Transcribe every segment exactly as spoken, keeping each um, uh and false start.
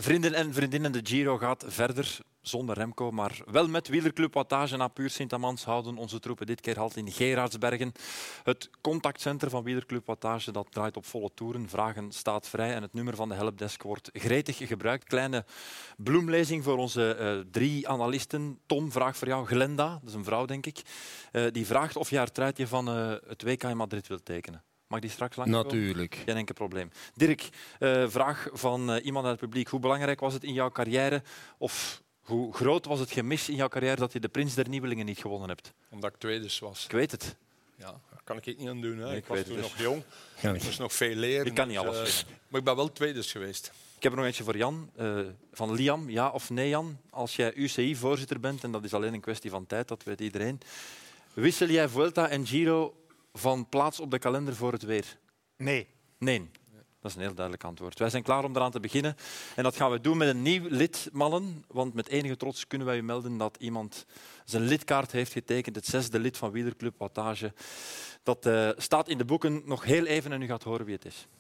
Vrienden en vriendinnen, de Giro gaat verder zonder Remco, maar wel met wielerclub Wattage na Puur Sint-Amans houden onze troepen dit keer halt in Gerardsbergen. Het contactcentrum van wielerclub Wattage dat draait op volle toeren. Vragen staat vrij en het nummer van de helpdesk wordt gretig gebruikt. Kleine bloemlezing voor onze uh, drie analisten. Tom, vraag voor jou. Glenda, dat is een vrouw denk ik, uh, die vraagt of je haar truitje van uh, het W K in Madrid wilt tekenen. Mag die straks langs? Natuurlijk. Geen enkel probleem. Dirk, uh, vraag van uh, iemand uit het publiek. Hoe belangrijk was het in jouw carrière, of hoe groot was het gemis in jouw carrière dat je de Prins der Nieuwelingen niet gewonnen hebt? Omdat ik tweede was. Ik weet het. Ja, daar kan ik het niet aan doen. Hè. Nee, ik, ik was weet toen het nog dus. jong. Ik moest nog veel leren. Ik kan niet dus, alles uh, leren. Maar ik ben wel tweede geweest. Ik heb er nog eentje voor Jan. Uh, van Liam. Ja of nee, Jan? Als jij U C I-voorzitter bent, en dat is alleen een kwestie van tijd, dat weet iedereen, wissel jij Vuelta en Giro van plaats op de kalender voor het weer? Nee. Nee. Dat is een heel duidelijk antwoord. Wij zijn klaar om eraan te beginnen. En dat gaan we doen met een nieuw lid, mannen. Want met enige trots kunnen wij u melden dat iemand zijn lidkaart heeft getekend. Het zesde lid van wielerclub Wattage. Dat uh, staat in de boeken. Nog heel even en u gaat horen wie het is.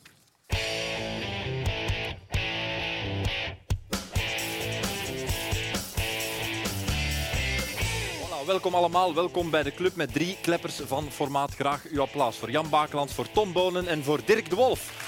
Welkom allemaal, welkom bij de club met drie kleppers van formaat. Graag uw applaus voor Jan Bakelands, voor Tom Bonen en voor Dirk de Wolf.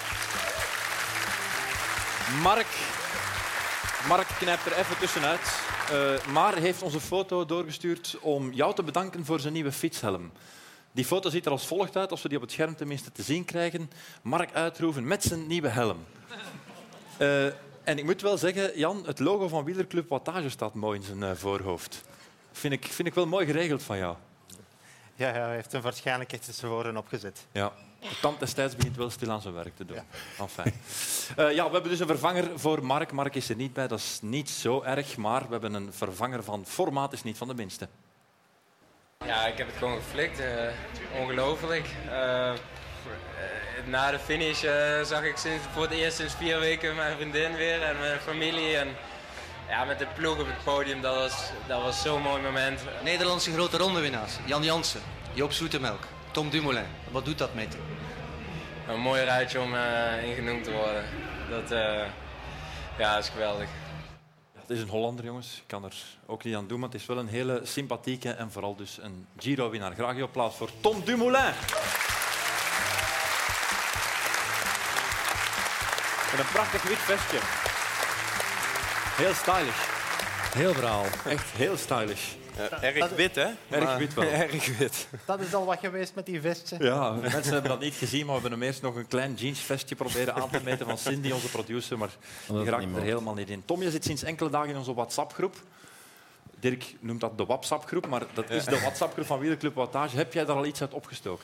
Mark, Mark knijpt er even tussenuit, uh, maar heeft onze foto doorgestuurd om jou te bedanken voor zijn nieuwe fietshelm. Die foto ziet er als volgt uit, als we die op het scherm tenminste te zien krijgen. Mark Uitroeven met zijn nieuwe helm. Uh, en ik moet wel zeggen, Jan, het logo van wielerclub Wattage staat mooi in zijn uh, voorhoofd. Vind ik, vind ik wel mooi geregeld van jou. Ja, ja, hij heeft hem waarschijnlijk echt tevoren opgezet. Ja. De tand destijds begint wel stil aan zijn werk te doen. Ja. Enfin. Uh, ja, we hebben dus een vervanger voor Mark. Mark is er niet bij, dat is niet zo erg. Maar we hebben een vervanger van formaat, is niet van de minste. Ja, ik heb het gewoon geflikt. Uh, ongelooflijk. Uh, na de finish uh, zag ik sinds, voor het eerst sinds vier weken mijn vriendin weer en mijn familie. En ja, met de ploeg op het podium, dat was, dat was zo'n mooi moment. Nederlandse grote rondewinnaars. Jan Jansen, Joop Zoetemelk, Tom Dumoulin. Wat doet dat met je? Een mooi rijtje om uh, in genoemd te worden. Dat, uh, ja, dat is geweldig. Het is een Hollander, jongens. Ik kan er ook niet aan doen, maar het is wel een hele sympathieke en vooral dus een Giro-winnaar. Graag uw applaus voor Tom Dumoulin. Met een prachtig wit vestje. Heel stylish. Heel verhaal. Echt heel stylish. Uh, erg wit, hè? Erg Maar, wit wel. Erg wit. Dat is al wat geweest met die vestje. Ja, mensen hebben dat niet gezien, maar we hebben hem eerst nog een klein jeansvestje proberen aan te meten van Cindy, onze producer, maar die raakt er helemaal niet in. Tom, je zit sinds enkele dagen in onze WhatsApp-groep. Dirk noemt dat de WhatsApp-groep, maar dat is de WhatsApp-groep van wielerclub Wattage. Heb jij daar al iets uit opgestoken?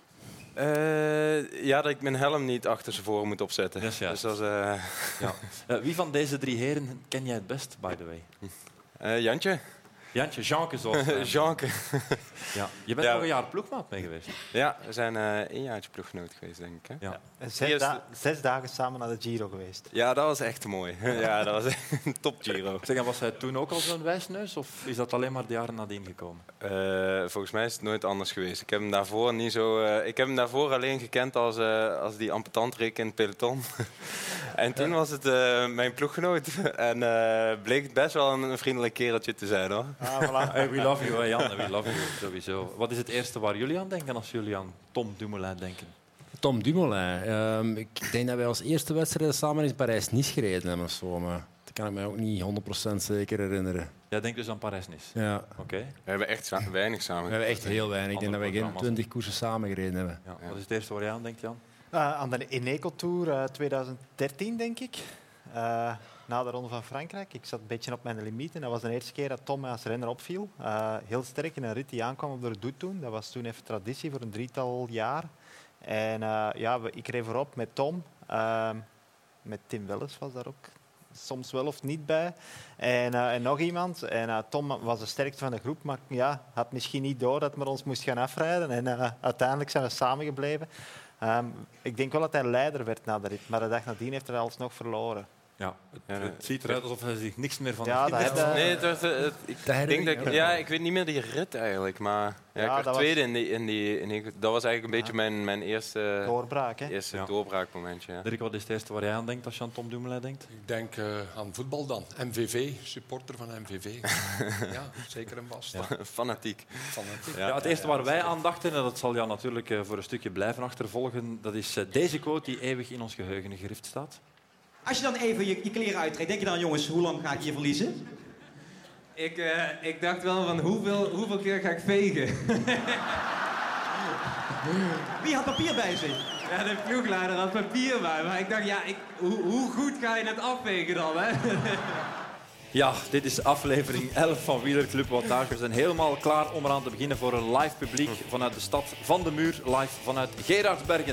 Uh, ja, dat ik mijn helm niet achter ze voren moet opzetten. Dat is juist. Dus dat is, uh... ja. uh, wie van deze drie heren ken jij het best, by the way? Uh, Jantje. Jantje, Jeanke zoals... Jeanke. Ja. Je bent ja. nog een jaar ploegmaat mee geweest. Ja, we zijn uh, een jaartje ploeggenoot geweest, denk ik. Hè? Ja. En zes, Eerst... da zes dagen samen naar de Giro geweest. Ja, dat was echt mooi. Ja, dat was echt een top Giro. Zeg, was hij toen ook al zo'n wijsneus of is dat alleen maar de jaren nadien gekomen? Uh, volgens mij is het nooit anders geweest. Ik heb hem daarvoor, niet zo, uh, ik heb hem daarvoor alleen gekend als, uh, als die ambetantrik in het peloton. En toen was het uh, mijn ploeggenoot. En uh, bleek het best wel een, een vriendelijk kereltje te zijn, hoor. Ah, voilà. Hey, we love you, hè, Jan. We love you, sowieso. Wat is het eerste waar jullie aan denken als jullie aan Tom Dumoulin denken? Tom Dumoulin. Um, ik denk dat wij als eerste wedstrijd samen in Parijs-Nice gereden hebben of zo, maar dat kan ik mij ook niet honderd procent zeker herinneren. Jij denkt dus aan Parijs-Nice? Ja. Oké. Okay. We hebben echt weinig samen. We hebben echt heel weinig. Ik denk dat wij geen twintig koersen samen gereden hebben. Ja. Ja. Wat is het eerste waar je aan denkt, Jan? Uh, aan de Eneco Tour uh, twintig dertien, denk ik. Uh, na de Ronde van Frankrijk. Ik zat een beetje op mijn limiet en dat was de eerste keer dat Tom mij als renner opviel. Uh, heel sterk in een rit die aankwam op de Redoute toen. Dat was toen even traditie voor een drietal jaar. En uh, ja, ik reed voorop met Tom. Uh, met Tim Welles was daar ook soms wel of niet bij. En, uh, en nog iemand. En uh, Tom was de sterkste van de groep, maar ja, had misschien niet door dat we ons moest gaan afrijden. En uh, uiteindelijk zijn we samengebleven. Um, ik denk wel dat hij leider werd na de rit, maar de dag nadien heeft hij alsnog verloren. Ja, het, Ja, het ziet eruit alsof hij zich niks meer van Ja, de dat fitness- heb je- Nee, het was, eh, het- ik Dat denk dat ik, herinner ik ja, ik weet niet meer die rit eigenlijk, maar ja, Ja, ik werd dat was- tweede in die, in die, in die. Dat was eigenlijk een beetje mijn, mijn eerste, Doorbraak, hè? eerste Ja. doorbraakmomentje. Ja. Dirk, wat is het eerste waar jij aan denkt als je aan Tom Dumoulin denkt? Ik denk uh, aan voetbal dan. M V V, supporter van M V V. Ja, zeker en vast. Fanatiek. Fanatiek. Ja, het eerste waar wij aan dachten, en dat zal jou natuurlijk uh, voor een stukje blijven achtervolgen, dat is uh, deze quote die eeuwig in ons geheugen gegrift staat. Als je dan even je, je kleren uittrekt, denk je dan, jongens, hoe lang ga ik hier verliezen? Ik, uh, ik dacht wel van hoeveel, hoeveel keer ga ik vegen? Wie had papier bij zich? Ja, de ploegleider had papier bij, maar ik dacht, ja, ik, hoe, hoe goed ga je het afvegen dan, hè? Ja, dit is aflevering elf van Wielerclub Wattage. We zijn helemaal klaar om eraan te beginnen voor een live publiek vanuit de stad van de Muur, live vanuit Gerardsbergen.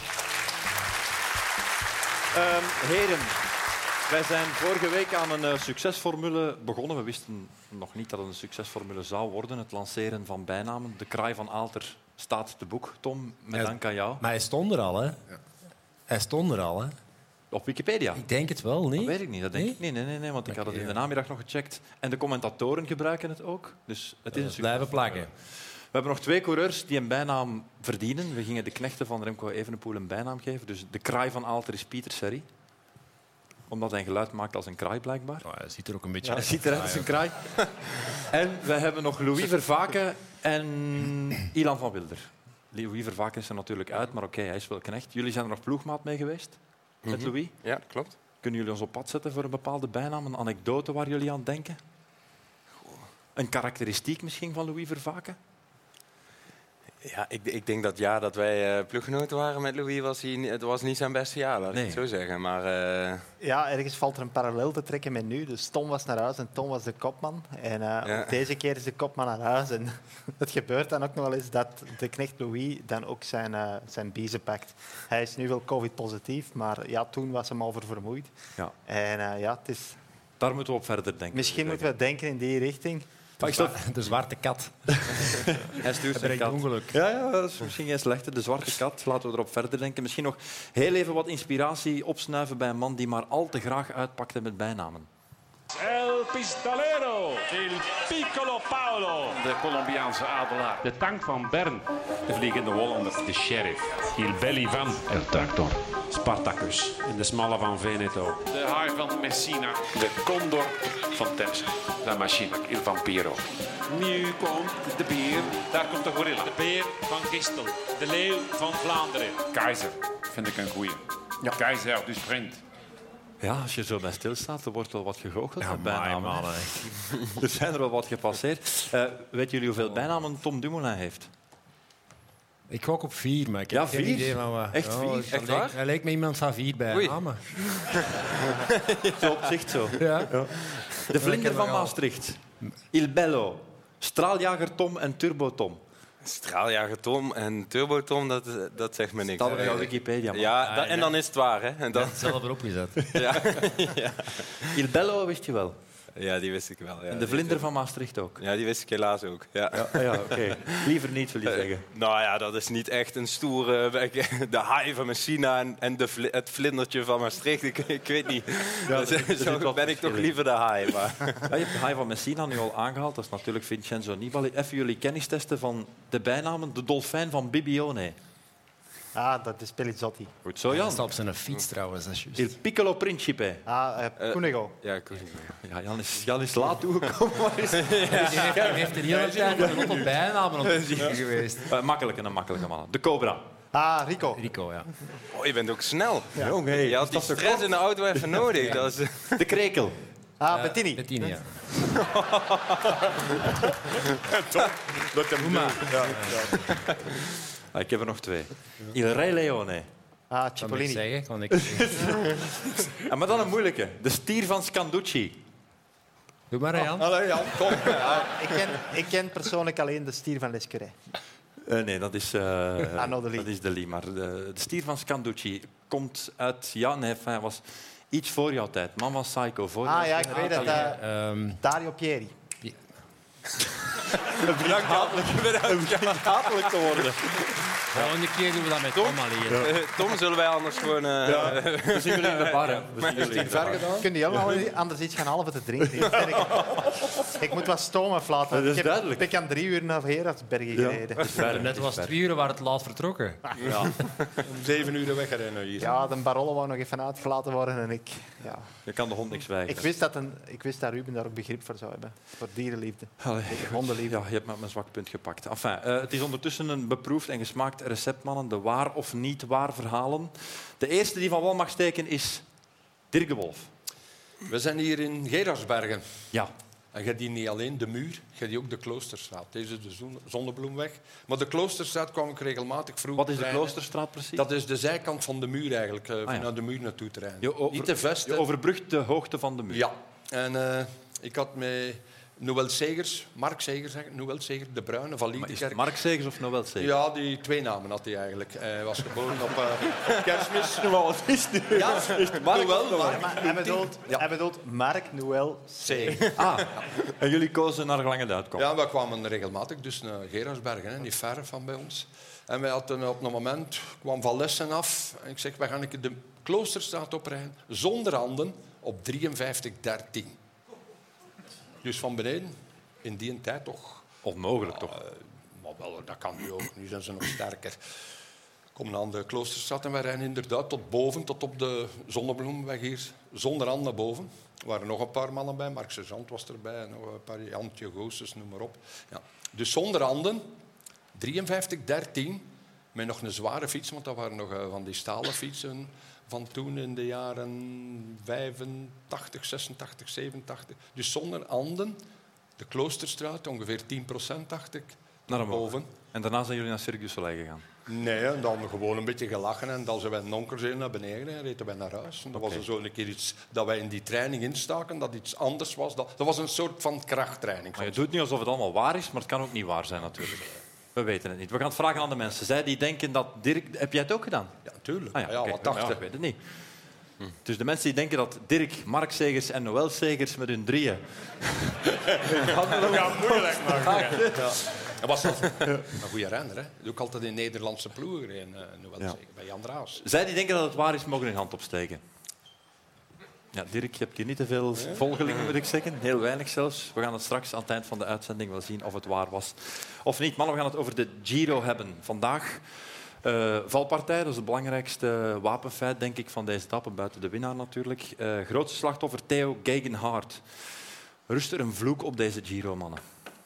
Um, heren, wij zijn vorige week aan een uh, succesformule begonnen. We wisten nog niet dat het een succesformule zou worden. Het lanceren van bijnamen. De kraai van Aalter staat te boek. Tom, met dank aan jou. Maar hij stond er al, hè? Ja. Hij stond er al, hè? Op Wikipedia? Ik denk het wel, niet? Dat weet ik niet. Dat denk Nee? ik niet. Nee, nee, nee, want ik had het in de Oké, ja. namiddag nog gecheckt. En de commentatoren gebruiken het ook. Dus het is een succes. Blijven plakken. We hebben nog twee coureurs die een bijnaam verdienen. We gingen de knechten van Remco Evenepoel een bijnaam geven. Dus de kraai van Aalter is Pieter Serry. Omdat hij een geluid maakt als een kraai, blijkbaar. Oh, hij ziet er ook een beetje Hij ziet eruit als een kraai. En we hebben nog Louis Vervaken en Ilan van Wilder. Louis Vervaken is er natuurlijk uit, maar oké, hij is wel knecht. Jullie zijn er nog ploegmaat mee geweest, met Mhm. Louis. Ja, dat klopt. Kunnen jullie ons op pad zetten voor een bepaalde bijnaam, een anekdote waar jullie aan denken? Een karakteristiek misschien van Louis Vervaken? Ja, ik, ik denk dat ja, dat wij uh, ploeggenoten waren met Louis, was hij, het was niet zijn beste jaar, laat Nee. ik het zo zeggen. Maar uh, Ja, ergens valt er een parallel te trekken met nu. Dus Tom was naar huis en Tom was de kopman. En uh, Ja. ook deze keer is de kopman naar huis. En het gebeurt dan ook nog wel eens dat de knecht Louis dan ook zijn, uh, zijn biezen pakt. Hij is nu wel covid-positief, maar ja, toen was hem over vermoeid. Ja. En uh, ja, het is, Daar moeten we op verder denken. misschien moeten we denken in die richting. Maar ik stop. De zwarte kat. Hij stuurt zijn brengt kat. ongeluk. Ja, ja, dat is misschien geen slechte. De zwarte kat, laten we erop verder denken. Misschien nog heel even wat inspiratie opsnuiven bij een man die maar al te graag uitpakte met bijnamen. El Pistolero, il Piccolo Paolo. De Colombiaanse adelaar. De tank van Bern. De vliegende Hollander. De sheriff. Il Belli van El Tractor. Spartacus. En de smalle van Veneto. De haai van Messina. De condor van Terza. La Machina. Il Vampiro. Nu komt de beer. Daar komt de gorilla. De beer van Gistel. De leeuw van Vlaanderen. Keizer. Vind ik een goeie. Ja. Keizer, dus sprint. Ja, als je zo bij stilstaat, er wordt wel wat gegoocheld Ja, met bijnamen. maar, mannen. Er zijn er wel wat gepasseerd. Uh, weet jullie hoeveel bijnamen Tom Dumoulin heeft? Ik gok op vier, maar ik heb Ja, geen vier? idee van wat. Echt vier? hij Echt leek- waar? Hij leek me iemand van vier bij Oei. namen. Zo op zich zo. Ja. De vlinder van nog al. Maastricht. Il Bello. Straaljager Tom en Turbo Tom. straaljager Tom en Turbo Tom, dat, dat zegt me niks. Dat op jouw Wikipedia. man. Ja, dat, en dan is het waar, hè? En dan, Zelf erop gezet. ja. Il Bello wist je wel. ja, die wist ik wel. Ja. En de vlinder van Maastricht ook. Ja, die wist ik helaas ook. Ja. Ja, ja oké. Liever niet, wil je zeggen. Nou ja, dat is niet echt een stoere... De haai van Messina en, en de vli- het vlindertje van Maastricht. Ik, ik weet niet. Ja, Dus er zit zo wat ben ik toch verschil in. liever de haai. Maar. Ja, je hebt de haai van Messina nu al aangehaald. Dat is natuurlijk Vincenzo Nibali. Even jullie kennis testen van de bijnamen. De dolfijn van Bibione. Ah, dat is Pelizzotti. Goed zo, Hij Jan. staat op zijn fiets trouwens, dat is juist. Il Piccolo Principe. Ah, uh, Cunego. Ja, cool. Ja, Jan is, Jan is laat toegekomen. Maar is... Hij heeft er heel tijd een lot op bijnamen op te zoeken geweest. Uh, makkelijke, een makkelijke man. De Cobra. Ah, Rico. Rico, ja. Oh, je bent ook snel. Jong, hey, Je had die stress in de auto even nodig. Dat is, De Krekel. Ah, Bettini. Bettini, ja. Dat kan Ah, ik heb er nog twee. Il Re Leone. Ah, Kan ik Cipollini. zeggen? Kan ik... Ja, maar dan een moeilijke. De stier van Scanducci. Doe maar, Jan. Allee, Jan, kom. Ik ken, ik ken persoonlijk alleen de stier van Lescuret. Uh, nee, dat is, uh, Ah, no, de Lee. dat is de Lee. Maar de, de stier van Scanducci komt uit... Ja, nee, hij was iets voor jouw tijd. Man was psycho. Voor Ah jouw ja, tijd. ik weet dat. Uh, Ehm, Dario Pieri. Het begint hatelijk, het begint hatelijk te worden. Volgende keer doen we dat met Tom alleen. Uh, Tom, zullen wij anders gewoon... Uh, ja. We zien jullie in de bar. Hè. We zien Is het in ver gedaan? Kun je allemaal anders iets gaan halen te drinken? Ik moet wat stomen flaten. Dat is ik heb, duidelijk. Ik kan drie uur naar Gerardsbergen gereden. Ja. Net was het twee uur waar het laat vertrokken. Ja. Om zeven uur wegrennen hier. Ja, de Barolo wou nog even uitgelaten worden en ik... Ja. Je kan de hond niks weigeren. Ik wist, dat een, ik wist dat Ruben daar ook begrip voor zou hebben. Voor dierenliefde. Allee, hondenliefde. Ja, je hebt met mijn zwak punt gepakt. Enfin, uh, het is ondertussen een beproefd en gesmaakt recept, mannen. De waar of niet waar verhalen. De eerste die van wal mag steken is Dirk de Wolf. We zijn hier in Gerardsbergen. Ja. En je hebt hier niet alleen de muur, je hebt hier ook de Kloosterstraat. Deze is de Zonnebloemweg. Maar de Kloosterstraat kwam ik regelmatig vroeger. Wat is de rijden. Kloosterstraat precies? Dat is de zijkant van de muur eigenlijk, uh, ah, ja. naar de muur naartoe te rijden. Je, over, niet te vesten. je overbrugt de hoogte van de muur. Ja. En uh, ik had met Noël Segers, Mark Segers, zeg ik, Noël Segers, de Bruine van Liedekerk. Is het Mark Segers of Noël Segers? Ja, die twee namen had hij eigenlijk. Hij was geboren op uh, Kerstmis. Wat is het nu? Ja, Mark, Noël. Maar, maar hij, bedoelt, Ja. hij bedoelt Mark Noël Segers. Ah, en jullie kozen naar Lange Uitkom. Ja, we kwamen regelmatig dus naar Gerardsbergen, hè, niet ver van bij ons. En wij hadden op een moment, kwam van lessen af. En ik zeg, wij gaan de Kloosterstraat oprijden, zonder handen, op drieënvijftig dertien. Dus van beneden, in die tijd toch... Onmogelijk, toch? Uh, maar wel, dat kan nu ook. Nu zijn ze nog sterker. We komen aan de Kloosterstraat en wij rijden inderdaad tot boven, tot op de Zonnebloemweg hier. Zonder hand naar boven. Er waren nog een paar mannen bij. Mark Sergeant was erbij. Nog een paar Jantje Goossens, noem maar op. Ja. Dus zonder handen, drieënvijftig dertien, met nog een zware fiets, want dat waren nog uh, van die stalen fietsen van toen in de jaren vijfentachtig, zesentachtig, zevenentachtig. Dus zonder handen, de Kloosterstraat, ongeveer tien procent, dacht ik, naar boven. boven. En daarna zijn jullie naar Cirque du Soleil gegaan? Nee, en dan gewoon een beetje gelachen. En dan zijn wij nonkers naar beneden en reden wij naar huis. En dat okay. was zo een keer iets dat wij in die training instaken, dat iets anders was. Dat, dat was een soort van krachttraining. Maar je doet niet alsof het allemaal waar is, maar het kan ook niet waar zijn natuurlijk. We weten het niet. We gaan het vragen aan de mensen. Zij die denken dat Dirk... Heb jij het ook gedaan? Ja, natuurlijk. Ah, ja, ja, okay. wat dacht je? Ja, ik weet het niet. Hm. Dus de mensen die denken dat Dirk, Mark Segers en Noël Segers met hun drieën... Ja, moeilijk maken. Ja. Dat was een goede renner. Hè? Dat ook altijd in Nederlandse ploegen gereden, uh, Noël ja. Segers, bij Jan Raas. Zij die denken dat het waar is, mogen hun hand opsteken. Ja, Dirk, je hebt hier niet te veel volgelingen, moet ik zeggen. Heel weinig zelfs. We gaan het straks aan het eind van de uitzending wel zien of het waar was of niet. Mannen, we gaan het over de Giro hebben. Vandaag uh, valpartij, dat is het belangrijkste wapenfeit, denk ik, van deze etappe, buiten de winnaar natuurlijk. Uh, grootste slachtoffer Theo Gegenhardt. Rust er een vloek op deze Giro, mannen?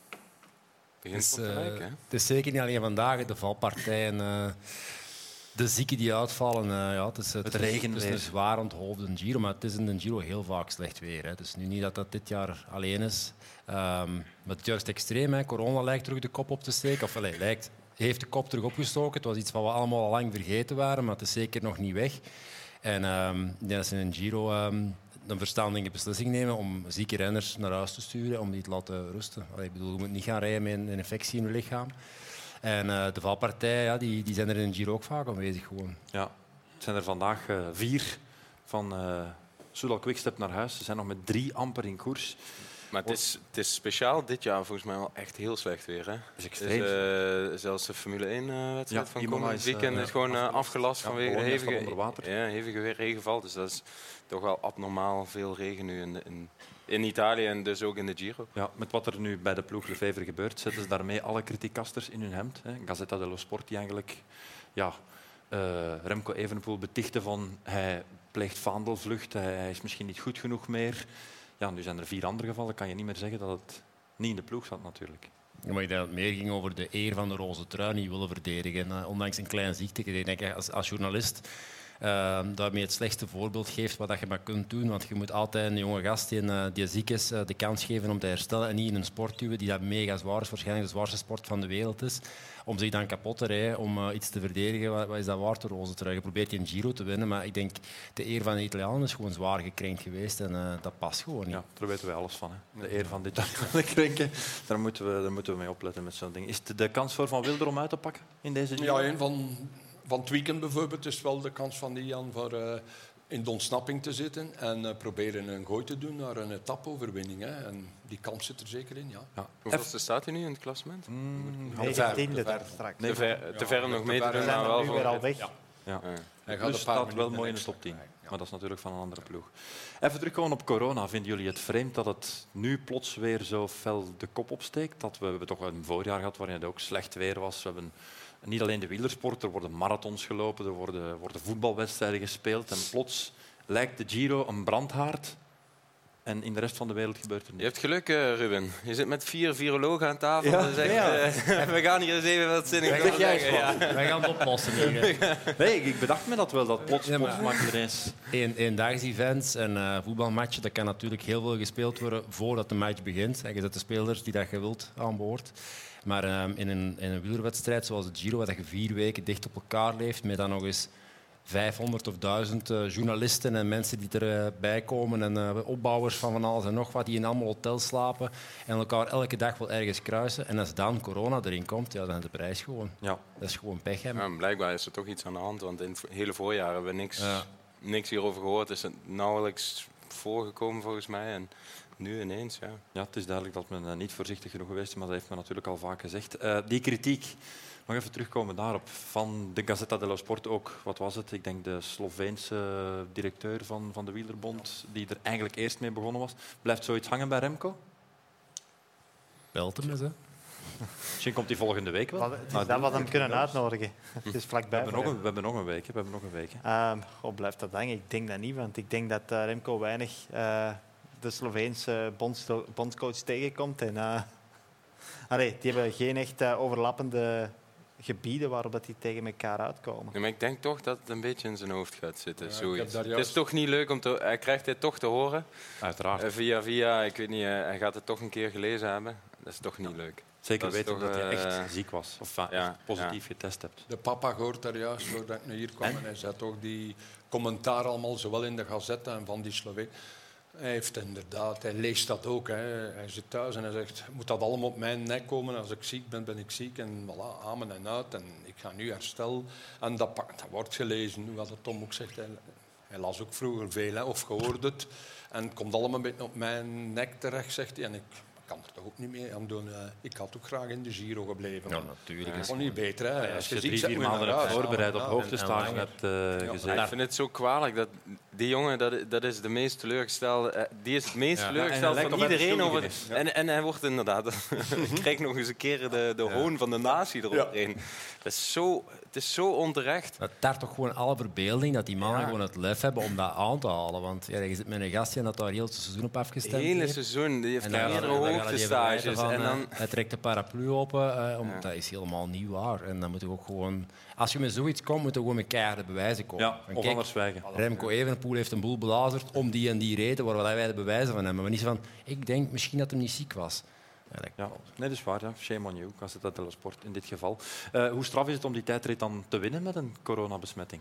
Het is, uh, het is zeker niet alleen vandaag, de valpartijen... Uh, De zieken die uitvallen, uh, ja, het is, het het regen het is een zwaar onthoofde Giro, maar het is in de Giro heel vaak slecht weer. Hè. Het is nu niet dat dat dit jaar alleen is. Um, maar het juist extreem. Hè. Corona lijkt terug de kop op te steken. Of allez, lijkt, heeft de kop terug opgestoken. Het was iets wat we allemaal al lang vergeten waren, maar het is zeker nog niet weg. En um, ik denk dat ze in een Giro um, een verstandige beslissing nemen om zieke renners naar huis te sturen, om die te laten rusten. Allee, ik bedoel, je moet niet gaan rijden met een infectie in je lichaam. En uh, de valpartijen, ja, die, die zijn er in de Giro ook vaak aanwezig. Gewoon. Ja, het zijn er vandaag uh, vier van uh, Soudal Quickstep naar huis. Ze zijn nog met drie amper in koers. Maar het is, het is speciaal dit jaar volgens mij wel echt heel slecht weer. Hè? Dat is extreem. Dus, uh, zelfs de Formule één-wedstrijd uh, van komend weekend is, uh, is gewoon uh, afgelast ja, vanwege de hevige, onder water. Ja, hevige regenval. Dus dat is toch wel abnormaal veel regen nu in, in, in Italië en dus ook in de Giro. Ja, met wat er nu bij de ploeg Lefevre gebeurt, zetten ze daarmee alle criticasters in hun hemd. Hè. Gazzetta dello Sport die eigenlijk ja, uh, Remco Evenepoel betichtte van hij pleegt vaandelvlucht, hij, hij is misschien niet goed genoeg meer. Ja, nu zijn er vier andere gevallen. Kan je niet meer zeggen dat het niet in de ploeg zat natuurlijk. Ja, maar ik denk dat het meer ging over de eer van de roze trui niet willen verdedigen. Uh, ondanks een klein ziekte. Ik denk als, als journalist uh, daarmee het slechtste voorbeeld geeft wat je maar kunt doen. Want je moet altijd een jonge gast die, uh, die ziek is uh, de kans geven om te herstellen. En niet in een sport duwen die dat mega zwaar is. Waarschijnlijk de zwaarste sport van de wereld is. Om zich dan kapot te rijden, om uh, iets te verdedigen. Wat, wat is dat waard, de roze trui? Je probeert je een Giro te winnen. Maar ik denk de eer van de Italianen is gewoon zwaar gekrenkt geweest. En uh, dat past gewoon niet. Ja, daar weten wij alles van. Hè. De eer van de Italianen krenken. Daar moeten we, daar moeten we mee opletten met zo'n ding. Is het de kans voor Van Wilder om uit te pakken in deze Giro? Ja, een van, van het weekend bijvoorbeeld is wel de kans van die Jan voor uh, in de ontsnapping te zitten en uh, proberen een gooi te doen naar een etappe-overwinning. Hè. En die kans zit er zeker in, ja. ja. Hoeveelste staat hij nu in het klassement? Mm, negentiende straks. Te ver, te ver om nog mee te doen, maar wel nu weer al weg. Ja. Ja. Ja. Hij gaat dus staat wel mooi in de top tien. Ja. Maar dat is natuurlijk van een andere ploeg. Even terugkomen op corona. Vinden jullie het vreemd dat het nu plots weer zo fel de kop opsteekt? Dat we, we hebben toch een voorjaar gehad waarin het ook slecht weer was. We hebben niet alleen de wielersport, er worden marathons gelopen, er worden, worden voetbalwedstrijden gespeeld. En plots lijkt de Giro een brandhaard. En in de rest van de wereld gebeurt er niets. Je hebt geluk, uh, Ruben. Je zit met vier virologen aan tafel. Ja, en zegt, ja. uh, we gaan hier eens even wat zinnig over zeggen. Ja. Wij gaan het oplossen hier. Nee, ik bedacht me dat wel, dat plots, ja, plots maakt er eens. Een, eendaags events en uh, voetbalmatchen, dat kan natuurlijk heel veel gespeeld worden voordat de match begint. En je zet de spelers die dat je wilt aan boord. Maar uh, in, een, in een wielerwedstrijd zoals de Giro, waar je vier weken dicht op elkaar leeft, met dan nog eens vijfhonderd of duizend uh, journalisten en mensen die erbij uh, komen en uh, opbouwers van van alles en nog wat, die in allemaal hotels slapen en elkaar elke dag wel ergens kruisen. En als dan corona erin komt, ja, dan is de prijs gewoon. Ja. Dat is gewoon pech. Ja, blijkbaar is er toch iets aan de hand, want in het hele voorjaar hebben we niks, ja. niks hierover gehoord. Is het nauwelijks voorgekomen volgens mij. En nu ineens, ja. Ja, het is duidelijk dat men uh, niet voorzichtig genoeg geweest is, maar dat heeft men natuurlijk al vaak gezegd. Uh, die kritiek, nog even terugkomen daarop, van de Gazzetta dello Sport ook. Wat was het? Ik denk de Sloveense directeur van, van de Wielerbond, die er eigenlijk eerst mee begonnen was. Blijft zoiets hangen bij Remco? Belt hem eens, hè. Misschien komt hij volgende week wel. Het is nou, dat wat hem kunnen uitnodigen. Het is vlakbij. We hebben, nog een, we hebben nog een week. We hebben nog een week. Um, oh, blijft dat hangen? Ik denk dat niet, want ik denk dat uh, Remco weinig uh, de Sloveense bondsco- bondscoach tegenkomt. En, uh, allee, die hebben geen echt uh, overlappende gebieden waarop dat die tegen elkaar uitkomen. Ja, maar ik denk toch dat het een beetje in zijn hoofd gaat zitten. Ja, zoiets. Het is toch niet leuk om te... Hij krijgt dit toch te horen. Uiteraard. Uh, via, via, ik weet niet, uh, hij gaat het toch een keer gelezen hebben. Dat is toch niet leuk. Zeker dat weten toch, dat je uh, echt ziek was of ja, positief ja. getest hebt. De papa hoort daar juist voordat ik naar hier kwam en, en hij zei toch die commentaar allemaal, zowel in de Gazette en van die Sloveen. Hij heeft inderdaad, hij leest dat ook. Hè. Hij zit thuis en hij zegt, moet dat allemaal op mijn nek komen? Als ik ziek ben, ben ik ziek. En voilà, amen en uit. En ik ga nu herstel. En dat, dat wordt gelezen, wat Tom ook zegt. Hij, hij las ook vroeger veel, hè, of gehoord het. En het komt allemaal een beetje op mijn nek terecht, zegt hij. En ik kan er toch ook niet mee aan doen. Ik had ook graag in de Giro gebleven. Ja, natuurlijk. Dat is gewoon niet beter. Hè. Ja, als je drie, vier maanden hebt voorbereid, op hoogtestage hebt uh, ja, gezeten. Ik vind het zo kwalijk. Dat die jongen, dat, dat is de meest teleurgestelde. Die is het meest ja, teleurgesteld van iedereen. Over, ja. en, en hij wordt inderdaad... krijgt nog eens een keer de, de hoon ja. van de natie eroverheen. Ja. Dat is zo... Het is zo onterecht. Dat daar toch gewoon alle verbeelding dat die mannen ja. gewoon het lef hebben om dat aan te halen. Want ja, je zit met een gastje dat daar heel het seizoen op afgestemd heeft. Het hele seizoen. Die heeft meerdere hoogtestages. En dan... Hij trekt de paraplu open. Uh, om, ja. Dat is helemaal niet waar. En dan moet je ook gewoon... Als je met zoiets komt, moet je gewoon met keiharde bewijzen komen. Ja, of anders zwijgen. Remco Evenepoel heeft een boel belazerd om die en die reden waar wij de bewijzen van hebben. Maar niet zo van, ik denk misschien dat hij niet ziek was. Ja, nee, dat is waar. Ja. Shame on you, Gazzetta dello Sport in dit geval. Uh, hoe straf is het om die tijdrit dan te winnen met een coronabesmetting?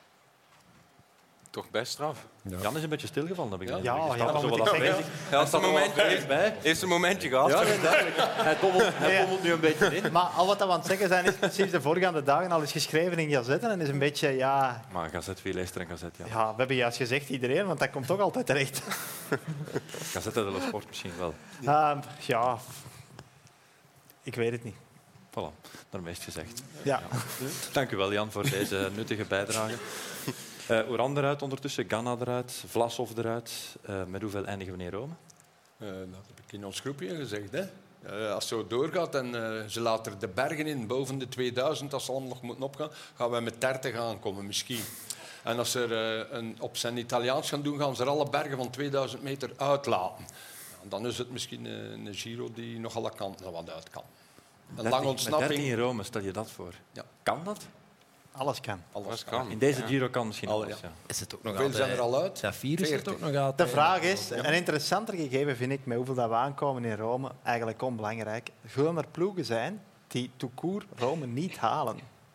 Toch best straf. Ja. Jan is een beetje stilgevallen, heb ik ja, ja, ja, ja, zo wat afwezig. Hij heeft een momentje, bij. heeft een momentje gehad. Ja, hij dommelt, hij dommelt nu een beetje in. Maar al wat we aan het zeggen zijn, is precies de voorgaande dagen al eens geschreven in Gazette en is een beetje, ja... Maar Gazette, wie leest er een Gazette? Ja. ja, we hebben juist gezegd iedereen, want dat komt toch altijd terecht. Gazzetta dello Sport misschien wel. Uh, ja... Ik weet het niet. Voilà, daarmee is het gezegd. Ja. Ja. Dank u wel, Jan, voor deze nuttige bijdrage. Uh, Oran eruit ondertussen, Ganna eruit, Vlasov eruit. Uh, met hoeveel eindigen we in Rome? Uh, dat heb ik in ons groepje gezegd. Hè? Uh, als het zo doorgaat en uh, ze laten er de bergen in boven de tweeduizend, als ze allemaal nog moeten opgaan, gaan wij met dertig aankomen, misschien. En als ze er uh, een, op zijn Italiaans gaan doen, gaan ze er alle bergen van tweeduizend meter uitlaten. Dan is het misschien een Giro die nog alle kanten wat uit kan. Een lange ontsnapping. Met dertien in Rome, stel je dat voor. Ja. Kan dat? Alles kan. Alles kan. In deze Giro kan misschien Alle, alles. Ja. Ja. Is het ook nog hoeveel altijd, zijn er al uit? Ja, vier is het ook nog altijd. De vraag is, ja. een interessanter gegeven vind ik, met hoeveel dat we aankomen in Rome, eigenlijk onbelangrijk. Veel er ploegen zijn die tout court Rome niet halen.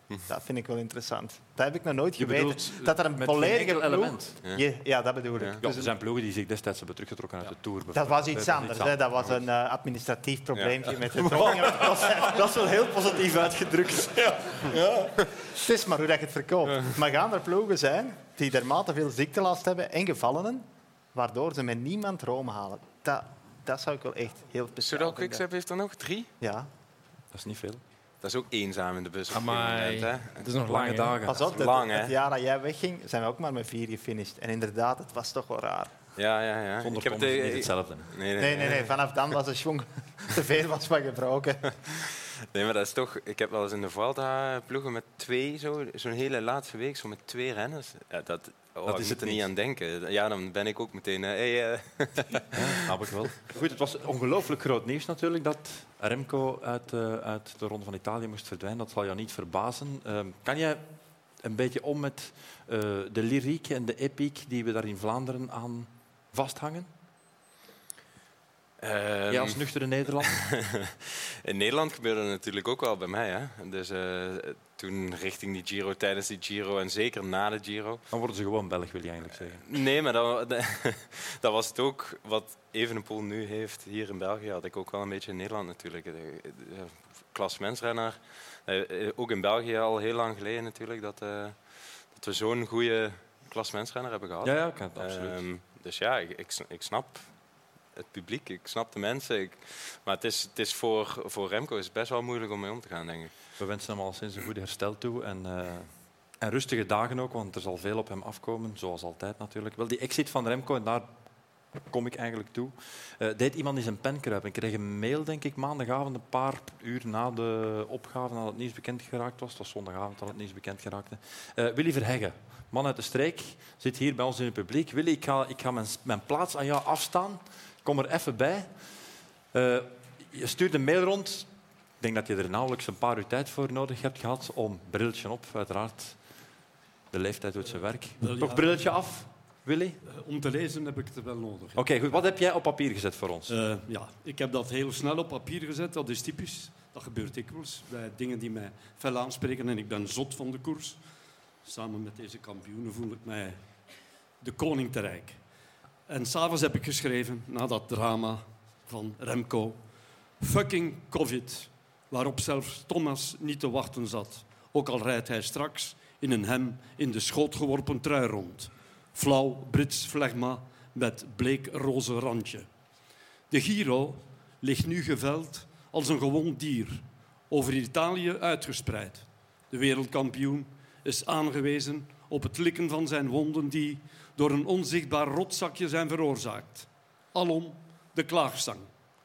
Dat vind ik wel interessant. Dat heb ik nog nooit Je geweten. bedoelt, Dat er een met volledige geen enkel ploeg... element. Ja. Je, ja, dat bedoel ik. Ja. Ja, Dus er zijn ploegen die zich destijds hebben teruggetrokken uit de Tour. dat was iets Dat anders. is Hè. Dat was een uh, administratief probleempje Ja. met de trolling. Dat is wel heel positief uitgedrukt. Ja. Ja. Het is maar hoe dat je het verkoopt. Ja. Maar gaan er ploegen zijn die dermate veel ziektelast hebben en gevallenen, waardoor ze met niemand Rome halen? Dat, dat zou ik wel echt heel speciaal Soudal Quickstep heeft er nog drie? Ja. Dat is niet veel. Dat is ook eenzaam in de bus. Amai. Hè? Het is nog Lange lang, dagen. Pas op, het, lang, hè? het jaar dat jij wegging, zijn we ook maar met vier gefinished. En inderdaad, het was toch wel raar. Ja, ja, ja. Zonder ik heb Tom is het de- niet hetzelfde. Nee, nee, Nee, nee, nee. Vanaf dan was de schwung te veel was van gebroken. Nee, maar dat is toch... Ik heb wel eens in de Vuelta ploegen met twee, zo, zo'n hele laatste week, zo met twee renners. Ja, dat, oh, Dat ik is moet het er niet niet. aan denken. Ja, dan ben ik ook meteen... eh, Hey, eh. Ja, snap ik wel. Goed, het was ongelooflijk groot nieuws natuurlijk dat Remco uit, uh, uit de Ronde van Italië moest verdwijnen. Dat zal jou niet verbazen. Uh, kan jij een beetje om met uh, de lyriek en de epiek die we daar in Vlaanderen aan vasthangen? Um, Jij als nuchtere Nederlander? In Nederland gebeurde dat natuurlijk ook wel bij mij. Hè? Dus uh, toen richting die Giro, tijdens die Giro en zeker na de Giro. Dan worden ze gewoon Belg, wil je eigenlijk zeggen. Nee, maar dat, dat was het ook wat Evenepoel nu heeft hier in België. Had ik ook wel een beetje in Nederland natuurlijk. De, de, de klassementsrenner. Uh, ook in België al heel lang geleden natuurlijk dat, uh, dat we zo'n goede klassementsrenner hebben gehad. Ja, ja, kan het, absoluut. Um, dus ja, ik, ik, ik snap het publiek, ik snap de mensen. Ik, maar het is, het is voor, voor Remco is het best wel moeilijk om mee om te gaan, denk ik. We wensen hem al sinds een goede herstel toe. En, uh, en rustige dagen ook, want er zal veel op hem afkomen. Zoals altijd natuurlijk. Wel, die exit van Remco, en daar kom ik eigenlijk toe, uh, deed iemand in zijn pen kruipen. Ik kreeg een mail, denk ik, maandagavond, een paar uur na de opgave, nadat het nieuws bekend geraakt was. Het was zondagavond dat het nieuws bekend geraakte. Uh, Willy Verheggen, man uit de streek, zit hier bij ons in het publiek. Willy, ik ga, ik ga mijn, mijn plaats aan jou afstaan. Kom er even bij. Uh, je stuurt een mail rond. Ik denk dat je er nauwelijks een paar uur tijd voor nodig hebt gehad om brilletje op, uiteraard. De leeftijd doet zijn werk. Wel, ja. Toch brilletje af, Willy? Uh, om te lezen heb ik het wel nodig. Oké, okay, goed. Wat heb jij op papier gezet voor ons? Uh, ja, ik heb dat heel snel op papier gezet. Dat is typisch. Dat gebeurt dikwijls bij dingen die mij fel aanspreken. En ik ben zot van de koers. Samen met deze kampioenen voel ik mij de koning te rijk. En s'avonds heb ik geschreven, na dat drama van Remco, fucking COVID, waarop zelfs Thomas niet te wachten zat. Ook al rijdt hij straks in een hem in de schoot geworpen trui rond. Flauw Brits flegma met bleek roze randje. De Giro ligt nu geveld als een gewond dier, over Italië uitgespreid. De wereldkampioen is aangewezen op het likken van zijn wonden die door een onzichtbaar rotzakje zijn veroorzaakt. Alom de klaagzang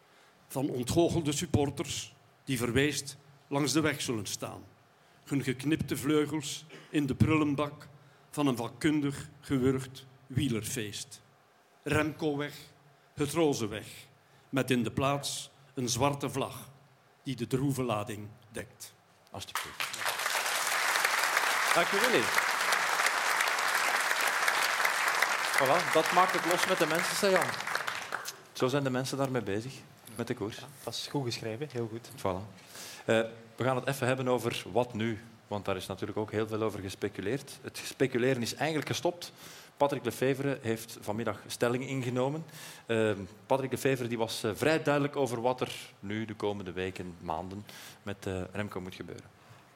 van ontgoochelde supporters die verweest langs de weg zullen staan. Hun geknipte vleugels in de prullenbak van een vakkundig gewurgd wielerfeest. Remco-weg, het Rozeweg, met in de plaats een zwarte vlag die de droeve lading dekt. Alsjeblieft. Dank je, Willy. Voilà, dat maakt het los met de mensen, zei Jan. Zo zijn de mensen daarmee bezig, met de koers. Ja, dat is goed geschreven, heel goed. Voilà. Uh, we gaan het even hebben over wat nu. Want daar is natuurlijk ook heel veel over gespeculeerd. Het speculeren is eigenlijk gestopt. Patrick Lefevere heeft vanmiddag stelling ingenomen. Uh, Patrick Lefevere die was uh, vrij duidelijk over wat er nu de komende weken, maanden met uh, Remco moet gebeuren.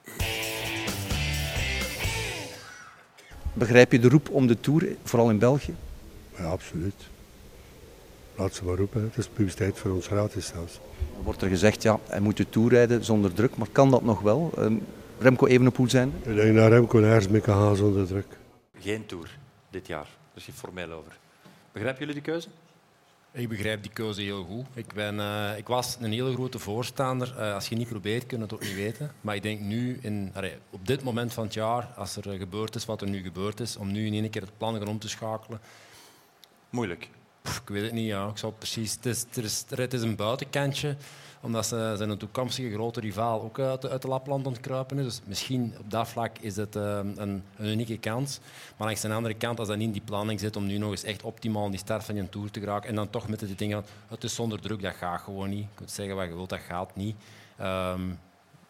Begrijp je de roep om de Tour, vooral in België? Ja, absoluut. Laat ze maar roepen. Het is publiciteit voor ons gratis zelfs. Er wordt er gezegd, ja, hij moet de Tour rijden zonder druk. Maar kan dat nog wel? Um, Remco Evenepoel zijn? Ik denk dat Remco nergens mee kan gaan zonder druk. Geen Tour dit jaar. Daar is je formeel over. Begrijpen jullie die keuze? Ik begrijp die keuze heel goed. Ik, ben, uh, ik was een hele grote voorstander. Uh, als je niet probeert, kun je het ook niet weten. Maar ik denk nu, in, allee, op dit moment van het jaar, als er uh, gebeurd is wat er nu gebeurd is, om nu in één keer het plan gaan om te schakelen. Moeilijk. Pff, ik weet het niet, ja. Ik zou precies, het, is, er is, het is een buitenkantje, omdat ze zijn een toekomstige grote rivaal ook uit, uit de Lapland ontkruipen is. Dus misschien op dat vlak is het uh, een, een unieke kans. Maar langs de andere kant, als dat niet in die planning zit om nu nog eens echt optimaal in die start van je Tour te geraken en dan toch met de dingen, het is zonder druk, dat gaat gewoon niet. Je kunt zeggen wat je wilt, dat gaat niet. Um,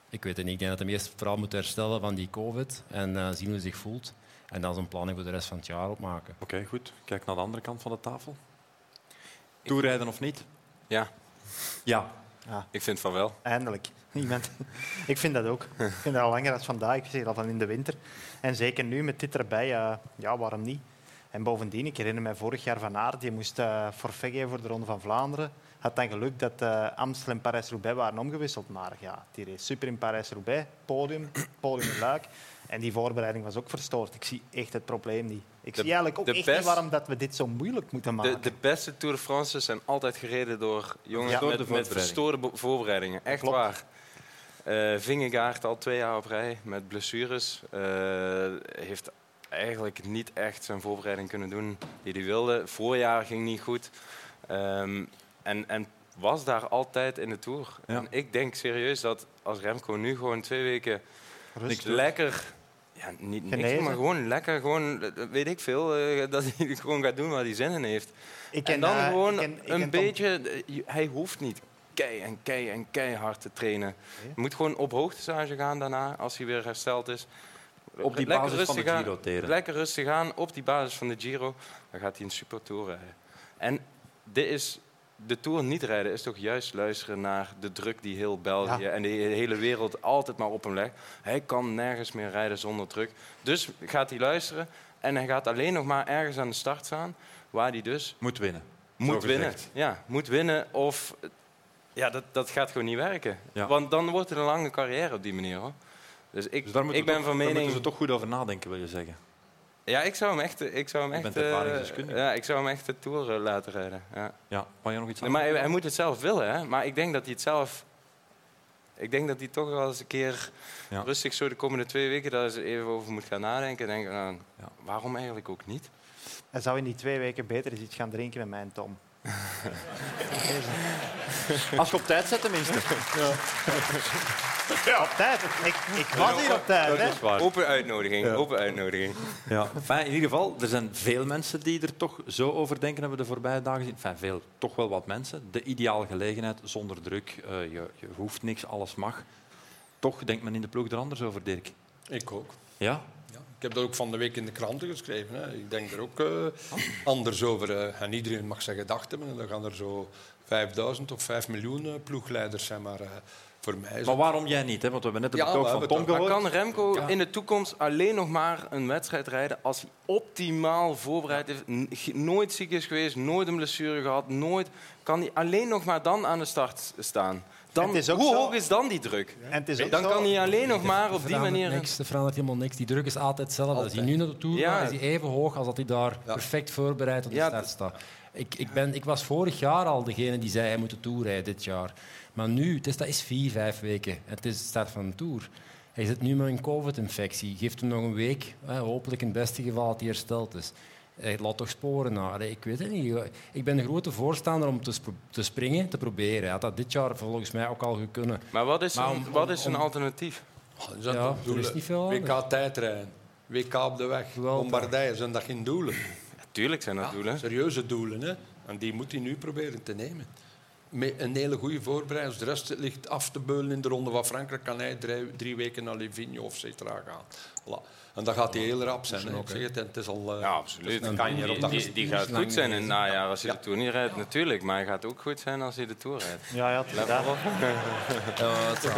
Ik weet het niet. Ik denk dat hij eerst vooral moet herstellen van die covid en uh, zien hoe hij zich voelt. En dan zijn planning voor de rest van het jaar opmaken. Oké, okay, goed. Kijk naar de andere kant van de tafel. Toerrijden of niet? Ja. Ja. Ja. Ik vind van wel. Eindelijk. Iemand. Ik vind dat ook. Ik vind dat al langer dan vandaag. Ik zeg dat van in de winter. En zeker nu met dit erbij, uh, ja, waarom niet? En bovendien, ik herinner me vorig jaar Van Aert, die moest uh, forfait geven voor de Ronde van Vlaanderen. Had dan geluk dat uh, Amstel en Parijs-Roubaix waren omgewisseld. Maar ja, die reed super in Parijs-Roubaix. Podium, podium in Luik. En die voorbereiding was ook verstoord. Ik zie echt het probleem niet. Ik de, zie eigenlijk ook echt best, niet waarom dat we dit zo moeilijk moeten maken. De, de beste Tour de France zijn altijd gereden door jongens ja, met, met verstoorde voorbereidingen. Echt Klopt. waar. Uh, Vingegaard al twee jaar op rij met blessures. Uh, heeft eigenlijk niet echt zijn voorbereiding kunnen doen die hij wilde. Voorjaar ging niet goed. Um, en, en was daar altijd in de Tour. Ja. En ik denk serieus dat als Remco nu gewoon twee weken Rustig. lekker... Ja, niet niks, maar gewoon lekker, gewoon, weet ik veel, uh, dat hij gewoon gaat doen waar hij zin in heeft. Ik ken, en dan uh, gewoon ik ken, ik een beetje... Tom... Hij hoeft niet kei en kei en keihard te trainen. Hij moet gewoon op hoogtestage gaan daarna, als hij weer hersteld is. Op die lekker basis van de Giro aan, teren. Lekker rustig aan, op die basis van de Giro. Dan gaat hij een super Tour rijden. En dit is... De Tour niet rijden is toch juist luisteren naar de druk die heel België ja. en de hele wereld altijd maar op hem legt. Hij kan nergens meer rijden zonder druk. Dus gaat hij luisteren en hij gaat alleen nog maar ergens aan de start staan waar hij dus... Moet winnen. Moet winnen. Ja, moet winnen of... Ja, dat, dat gaat gewoon niet werken. Ja. Want dan wordt het een lange carrière op die manier. Hoor. Dus ik, dus daar ik ben toch, van mening... Daar moeten ze toch goed over nadenken, wil je zeggen? Ja, ik zou hem echt, ik zou hem echt, uh, ja, ik zou hem echt de Tour uh, laten rijden. Ja. Ja, kan je nog iets nee, maar hij, hij moet het zelf willen, hè? Maar ik denk dat hij het zelf, ik denk dat hij toch wel eens een keer ja. rustig zo de komende twee weken daar eens even over moet gaan nadenken en denken, nou, ja, waarom eigenlijk ook niet? Hij zou in die twee weken beter eens iets gaan drinken met mijn Tom. Als je op tijd zet, tenminste. Ja. Ja. Op tijd. Ik, ik was hier op tijd. Hè? Open uitnodiging. Ja. Open uitnodiging. Ja. Enfin, in ieder geval, er zijn veel mensen die er toch zo over denken, hebben we de voorbije dagen gezien. Enfin, veel, toch wel wat mensen. De ideale gelegenheid, zonder druk. Uh, je, je hoeft niks, alles mag. Toch denkt men in de ploeg er anders over, Dirk. Ik ook. Ja? Ja, ik heb dat ook van de week in de kranten geschreven. Hè. Ik denk er ook uh, anders over. Uh, en iedereen mag zijn gedachten hebben. Dan gaan er zo vijfduizend of vijf miljoen uh, ploegleiders zijn. Maar, uh, voor mij maar waarom jij niet? Hè? Want we hebben net de ja, betoog van Tom gehoord. Maar kan Remco ja. in de toekomst alleen nog maar een wedstrijd rijden als hij optimaal voorbereid is, nooit ziek is geweest, nooit een blessure gehad, nooit... Kan hij alleen nog maar dan aan de start staan? Dan, hoe zo... hoog is dan die druk? En het is dan zo... kan hij alleen nog maar op die manier... Niks, er verandert helemaal niks. Die druk is altijd hetzelfde. Altijd. Als hij nu naar de Tour gaat, ja. is hij even hoog als dat hij daar ja. perfect voorbereid op de ja, start staat. Ik, ik, ben, ik was vorig jaar al degene die zei hij moet de Tour rijden dit jaar. Maar nu, het is, dat is vier, vijf weken. Het is de start van de Tour. Hij zit nu met een covid-infectie. Geeft hem nog een week. Hè, hopelijk in het beste geval dat hij hersteld is. Hij laat toch sporen na. Ik weet het niet. Ik ben een grote voorstander om te, sp- te springen, te proberen. Hij had dat dit jaar volgens mij ook al kunnen. Maar wat is, maar om, een, wat is een om, alternatief? Oh, dat ja, er is niet veel W K tijdrijden, W K op de weg, Lombardije. Zijn dat geen doelen? Ja, tuurlijk zijn dat ja, doelen. Serieuze doelen. Hè? En die moet hij nu proberen te nemen. Met een hele goede voorbereiding. Als de rest ligt af te beulen in de Ronde van Frankrijk, kan hij drie, drie weken naar Livigno of Cetra gaan. Voilà. En dan gaat hij heel rap zijn. Hè. Ik zeg het, het is al, uh, ja, absoluut. Dan kan je die, die, die, die gaat goed zijn in het najaar als hij ja. de Tour niet rijdt, natuurlijk. Maar hij gaat ook goed zijn als hij de Tour rijdt. Ja, ja, Let ja. op. Ja, dat zal.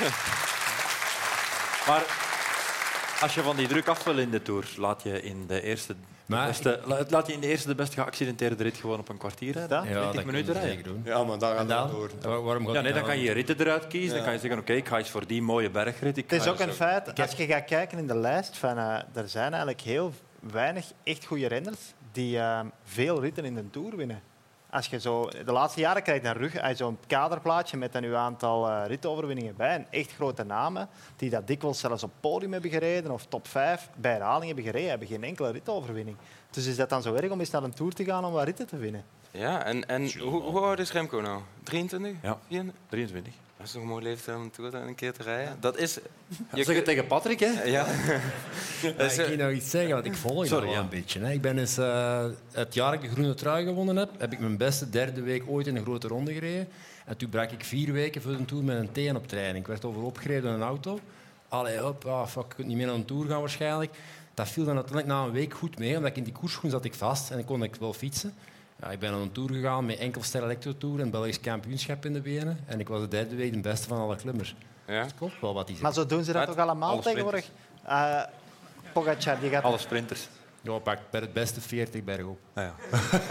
Maar als je van die druk af wil in de Tour, laat je in de eerste... Maar beste, ik... Laat je in de eerste de best geaccidenteerde rit gewoon op een kwartier rijden? Ja, twintig minuten rijden. Doen. Ja, maar dan gaan we door. Ja, waarom gaat ja, nee, dan kan je je ritten eruit kiezen. Ja. Dan kan je zeggen, oké, okay, ik ga eens voor die mooie bergrit. Ik het is ook een feit, als je gaat kijken in de lijst, van, uh, er zijn eigenlijk heel weinig echt goede renners die uh, veel ritten in de Tour winnen. Als je zo, de laatste jaren krijg je een rug, zo'n kaderplaatje met een aantal uh, ritoverwinningen bij. En echt grote namen die dat dikwijls zelfs op podium hebben gereden of top vijf bij herhaling hebben gereden, hebben geen enkele ritoverwinning. Dus is dat dan zo erg om eens naar een Tour te gaan om wat ritten te winnen? Ja, en, en hoe, hoe oud is Remco nou? drieëntwintig? Ja, vierentwintig? drieëntwintig. Dat is nog een mooie leeftijd om toe een keer te rijden. Dat is... Je zeg het tegen Patrick, hè? Ja. Ja, ik kan nog iets zeggen, want ik volg Sorry, dat wel ja. een beetje. Hè. Ik ben eens, uh, het jaar dat ik de groene trui gewonnen heb, heb ik mijn beste derde week ooit in een grote ronde gereden. En toen brak ik vier weken voor de Tour met een teen op training. Ik werd overhoop gereden door een auto. Allee, hop, ah, fuck, ik kon niet meer naar een Tour gaan waarschijnlijk. Dat viel dan uiteindelijk na een week goed mee, omdat ik in die koersschoen zat ik vast en ik kon ik wel fietsen. Ja, ik ben aan een Tour gegaan met enkelster elektrotour en Belgisch kampioenschap in de benen. En ik was de derde week de beste van alle klimmers. Ja. Dat klopt wel wat hij zegt. Maar zo doen ze dat Met toch allemaal alle tegenwoordig? Uh, Pogacar, die gaat... Alle sprinters. Ja, pak bij het beste veertig bergop. Ah, ja.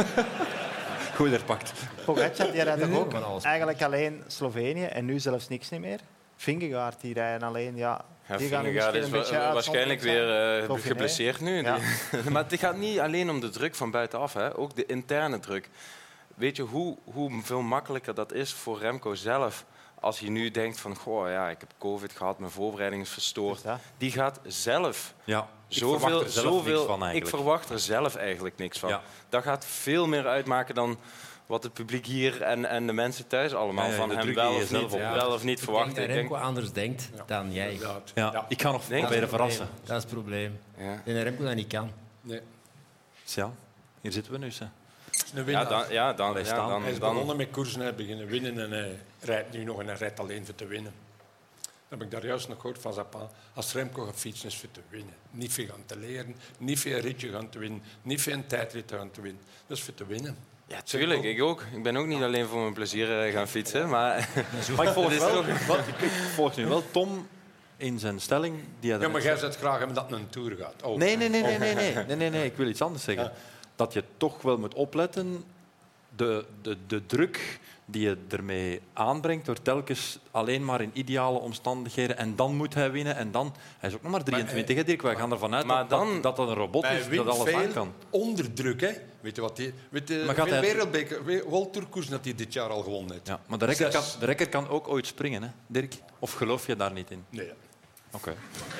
Goed herpakt. Pogacar, die rijdt toch Nee, ook van alles. eigenlijk alleen Slovenië en nu zelfs niks niet meer. Vingegaard, die rijden alleen... Ja, Ja, die gaan nu Vingegaard misschien is een wa- beetje waarschijnlijk weer uh, Dauphiné. geblesseerd nu. Ja. Die- maar het gaat niet alleen om de druk van buitenaf, hè. Ook de interne druk. Weet je hoe, hoe veel makkelijker dat is voor Remco zelf als hij nu denkt van, goh, ja, ik heb COVID gehad, mijn voorbereiding is verstoord. Dus die gaat zelf Ja, zoveel... ik verwacht er zelf zoveel niks van ik eigenlijk. verwacht er zelf eigenlijk niks van. Ja. Dat gaat veel meer uitmaken dan wat het publiek hier en, en de mensen thuis allemaal Ja, ja, van de hem druk wel die je of, zelf niet, oplegt. wel of niet Ik verwachten. denk dat Ik denk- Remco anders denkt dan jij. Inderdaad. Ja. Ja. Ik ga nog Nee, proberen Dat is het verrassen. probleem. Dat is het probleem. Ja. Ik denk dat Remco dat niet kan. Nee. Dus ja, hier zitten we nu. Hè. Een Ja, winnaar. dan, ja, dan, Allee, ja, staan. dan, Hij is dan, begonnen met koersen, hij beginnen winnen en hij rijdt nu nog en hij rijdt alleen voor te winnen. Dat heb ik daar juist nog gehoord van zijn pa. Als Remco gaat fietsen is voor te winnen. Niet veel gaan te leren, niet veel een ritje gaan te winnen, niet veel een tijdrit gaan te winnen. Dat is voor te winnen. Ja, tuurlijk. Ik ook. Ik ben ook niet alleen voor mijn plezier eh, gaan fietsen, maar... Maar ik volg, Het is wel, toch- wat, ik volg nu wel Tom in zijn stelling. Die hij Ja, maar daarnet jij zegt graag hem dat een Tour gaat. Oh. Nee, nee, nee, nee, nee, nee, nee, nee, nee. Ik wil iets anders zeggen. Ja. Dat je toch wel moet opletten, de, de, de druk die je ermee aanbrengt, door telkens alleen maar in ideale omstandigheden en dan moet hij winnen en dan... Hij is ook nog maar drieëntwintig, hè, Dirk. Wij gaan ervan uit maar dat, dan- dat, dat dat een robot Hij is, dat wint alles aan veel kan. onder druk, hè. Weet je wat die... Weet je, Maar gaat veel hij- wereldbeker, we- World Tour koers dat hij dit jaar al gewonnen heeft. Ja, maar de rekker, kan, Zes. de rekker kan ook ooit springen, hè, Dirk? Of geloof je daar niet in? Nee. Oké.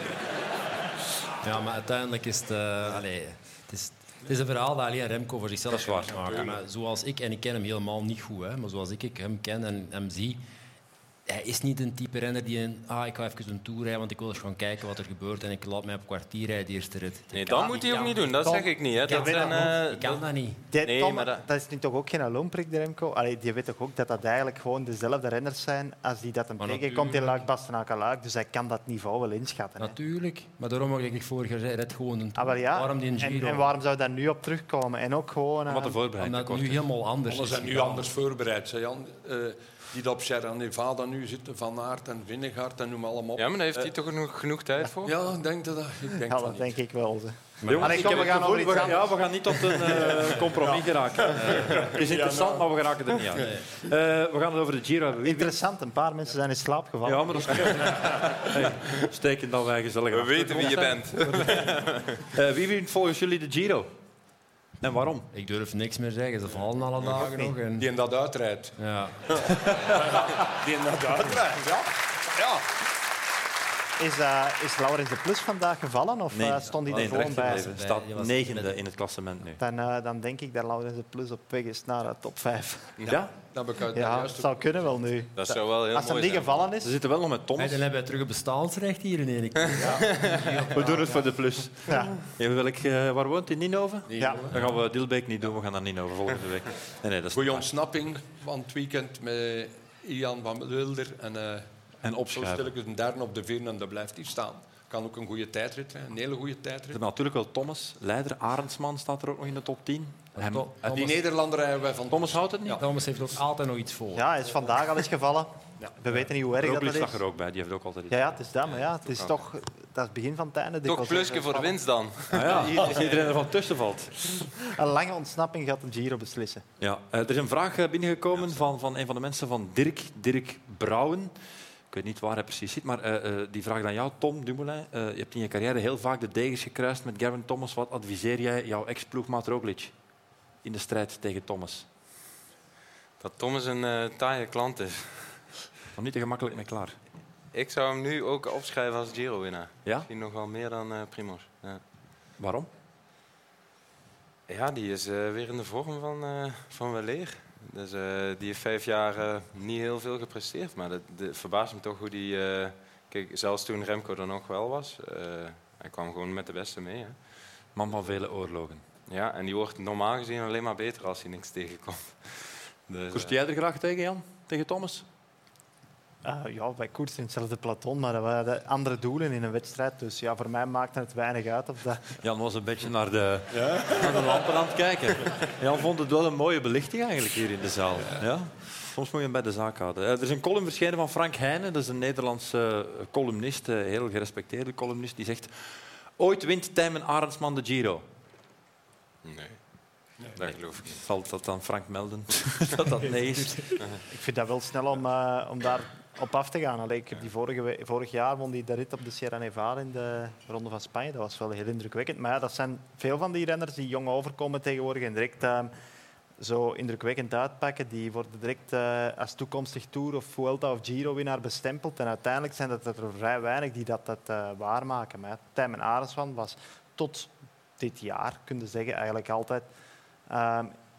Ja, maar uiteindelijk is het... Uh, allee, het, is, het is een verhaal dat alleen Remco voor zichzelf Dat is waar. kan maken. Maar zoals ik, en ik ken hem helemaal niet goed, hè, maar zoals ik hem ken en hem zie... Hij is niet een type renner die een, ah, ik ga even een tour rijden, want ik wil eens gewoon kijken wat er gebeurt en ik laat mij op kwartier rijden de eerste rit. Nee, kan dat moet hij ook kan niet doen. Dat Tom, zeg ik niet. Hè. Dat weet zijn, dat eh, Ik kan dat niet. Die, Nee, Tom, maar dat... dat- is nu toch ook geen lomprik, de Remco? Allee, die weet toch ook dat dat eigenlijk gewoon dezelfde renners zijn als die dat hem Maar tegenkomt in natuurlijk. Luik, Bastenaken, Luik. Dus hij kan dat niveau wel inschatten. Hè. Natuurlijk, maar daarom mag ik vorig jaar zei, red gewoon een Ah, tour. wel ja. Waarom die een en, Giro? en waarom zou dat nu op terugkomen? En ook gewoon... eh, Wat de voorbereiding Omdat het tekort nu is. helemaal anders Alle is. zijn nu gegaan. anders voorbereid. Hè, Jan. Uh, die dat op Sierra Nevada nu zitten, Van Aert en Vingegaard en noem maar allemaal op. Ja, maar daar heeft hij toch genoeg, genoeg tijd voor? Ja, ik denk dat. Ik denk ja, van dat niet. denk ik wel. Ze. Jongens, Allee, ik kom, heb we het gaan gevoel, over we iets gaan, ja, anders. we gaan niet tot een eh, compromis geraken. Het is interessant, maar we geraken er niet aan. Eh, we gaan het over de Giro hebben. Wie- Interessant, een paar mensen zijn in slaap gevallen. Ja, maar dat is hey, steken dat wij gezellig We af. weten wie je bent. Eh, wie wint volgens jullie de Giro? En waarom? Ik durf niks meer zeggen, ze vallen alle dagen nog. En... Die in dat uitrijdt. Ja. Die in dat uitrijdt, ja. Ja. Is, uh, is Laurens de Plus vandaag gevallen of Nee, uh, stond hij nee, er gewoon recht bij? gebleven. Staat Die was negende met- in het klassement nu. Dan, uh, dan denk ik dat Laurens de Plus op weg is naar de top vijf. Ja? Dat heb ik uit de Ja, juiste- het zou kunnen wel nu. Dat zou wel heel Als hem mooi niet zijn. gevallen Ze is... zitten wel nog met Hey, Thomas. dan hebben wij terug een bestaansrecht hier in één keer. We doen het voor de plus. Ja. Ja, welk, eh, waar woont hij? Ninove? Ja. Dan gaan we Dilbeek niet doen, we gaan naar Ninove volgende week. Nee, nee, dat is Goeie ontsnapping van het weekend met Ian van Wilder. En, uh, En zo opschuiven. stel ik een derde op de vierde en daar blijft hij staan. Kan ook een goede tijdrit zijn, een hele goede We tijdrit. hebben natuurlijk wel Thomas, leider. Arendsman staat er ook nog in de top tien. Hem, Tom- het- Die Nederlander rijden wij van Thomas houdt het niet? Thomas heeft ook altijd nog iets voor. Ja, hij is vandaag al eens gevallen. We weten niet hoe erg dat, Roglic dat lag is. er ook bij, die heeft ook altijd iets. Ja, ja, het is dat, maar ja, het is toch... Dat is het begin van het einde. Toch dikwijls. plusje voor de winst dan. Ah, ja, als iedereen ervan tussen valt. Een lange ontsnapping gaat de Giro beslissen. Ja, eh, er is een vraag eh, binnengekomen van, van een van de mensen van Dirk, Dirk Brouwen. Ik weet niet waar hij precies zit, maar eh, eh, die vraagt aan jou, Tom Dumoulin. Eh, je hebt in je carrière heel vaak de degens gekruist met Geraint Thomas. Wat adviseer jij jouw ex-ploegmaat Roglic in de strijd tegen Thomas? Dat Thomas een uh, taaie klant is. Nog niet te gemakkelijk mee klaar. Ik zou hem nu ook opschrijven als Giro-winnaar. Ja? Misschien nog wel meer dan uh, Primož. Ja. Waarom? Ja, die is uh, weer in de vorm van, uh, van weleer. Dus, uh, die heeft vijf jaar uh, niet heel veel gepresteerd. Maar het verbaast me toch hoe die... Uh, kijk, zelfs toen Remco er nog wel was, uh, hij kwam gewoon met de beste mee. Hè. Man van vele oorlogen. Ja, en die wordt normaal gezien alleen maar beter als hij niks tegenkomt. Dus, Koerst jij er graag tegen, Jan? Tegen Thomas? Uh, ja, wij koersen in hetzelfde peloton, maar we hadden andere doelen in een wedstrijd. Dus ja, voor mij maakte het weinig uit. Of dat... Jan was een beetje naar de, ja? naar de lampen aan het kijken. Jan vond het wel een mooie belichting eigenlijk hier in de zaal. Ja? Soms moet je hem bij de zaak houden. Er is een column verschenen van Frank Heijnen, dat is een Nederlandse columnist, een heel gerespecteerde columnist, die zegt: ooit wint Tijmen Arendsman de Giro. Nee. Nee, dat geloof ik niet. Zal dat dan Frank melden dat dat nee is? Ik vind dat wel snel om, uh, om daar op af te gaan. Allee, ik heb die vorige, vorig jaar won die de rit op de Sierra Nevada in de Ronde van Spanje. Dat was wel heel indrukwekkend. Maar ja, dat zijn veel van die renners die jong overkomen tegenwoordig en direct uh, zo indrukwekkend uitpakken. Die worden direct uh, als toekomstig Tour of Vuelta of Giro-winnaar bestempeld. En uiteindelijk zijn dat er vrij weinig die dat, dat uh, waarmaken. Maar ja, Tijmen Arendsman was tot dit jaar, kun je zeggen, eigenlijk altijd... Uh,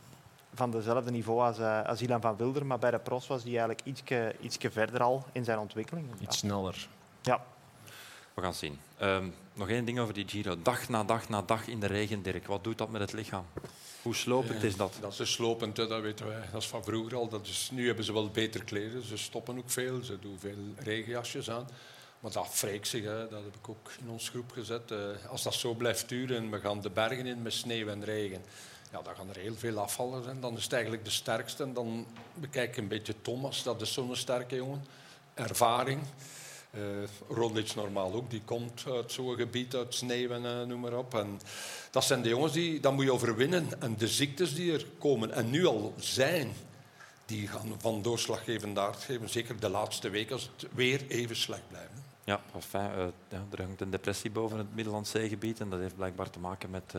van dezelfde niveau als, uh, als Ilan van Wilder, maar bij de pros was hij eigenlijk ietsje, ietsje verder al in zijn ontwikkeling. Iets ja. sneller. Ja. We gaan zien. Um, nog één ding over die Giro. Dag na dag na dag in de regen, Dirk. Wat doet dat met het lichaam? Hoe slopend ja, is dat? Dat is slopend, dat weten wij. Dat is van vroeger al. Dat is, nu hebben ze wel beter kleren. Ze stoppen ook veel. Ze doen veel regenjasjes aan. Maar dat wreekt zich, hè. Dat heb ik ook in ons groep gezet. Uh, als dat zo blijft duren en we gaan de bergen in met sneeuw en regen... Ja, dan gaan er heel veel afvallen zijn. Dan is het eigenlijk de sterkste. En dan bekijk ik een beetje Thomas. Dat is zo'n sterke jongen. Ervaring. Uh, Roglic normaal ook. Die komt uit zo'n gebied, uit sneeuw en uh, noem maar op. En dat zijn de jongens die... Dat moet je overwinnen. En de ziektes die er komen en nu al zijn... die gaan van doorslaggevende aard geven. Zeker de laatste week als het weer even slecht blijft. Ja, enfin, uh, ja, er hangt een depressie boven het Middellandse Zeegebied. En dat heeft blijkbaar te maken met... Uh,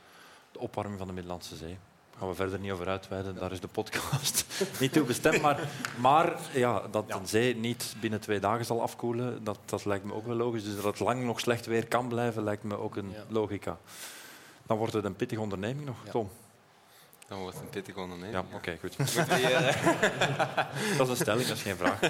de opwarming van de Middellandse Zee. Daar gaan we verder niet over uitweiden. Daar is de podcast niet toe bestemd. Maar, maar ja, dat ja. een zee niet binnen twee dagen zal afkoelen, dat, dat lijkt me ook wel logisch. Dus dat het lang nog slecht weer kan blijven, lijkt me ook een ja. logica. Dan wordt het een pittige onderneming nog, ja. Tom. Dan wordt het een pittige onderneming. Ja, oké, okay, goed. Dat is een stelling, dat is geen vraag.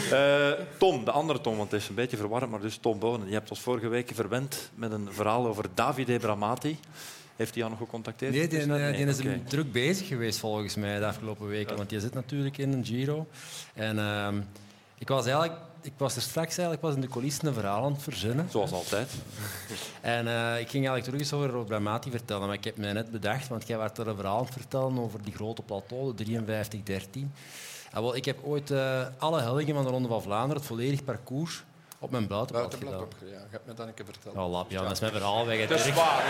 Uh, Tom, de andere Tom, want het is een beetje verwarrend, maar dus Tom Bonen. Je hebt ons vorige week verwend met een verhaal over Davide Bramati. Heeft hij jou nog gecontacteerd? Nee, die, nee, die is okay. druk bezig geweest volgens mij de afgelopen weken. Ja. Want die zit natuurlijk in een Giro. En uh, ik was eigenlijk... Ik was er straks eigenlijk was in de coulissen een verhaal aan het verzinnen. Zoals altijd. En uh, ik ging eigenlijk terug eens over Bramati vertellen. Maar ik heb mij net bedacht, want jij werd er een verhaal aan het vertellen over die grote plateau, de drieënvijftig dertien. En wel, ik heb ooit uh, alle helgingen van de Ronde van Vlaanderen, het volledig parcours, op mijn buitenblad Buitenblad gedaan. Op, ja, je hebt me dat een keer verteld. Oh, lap, ja, dat is mijn verhaal weg. Dat is waar.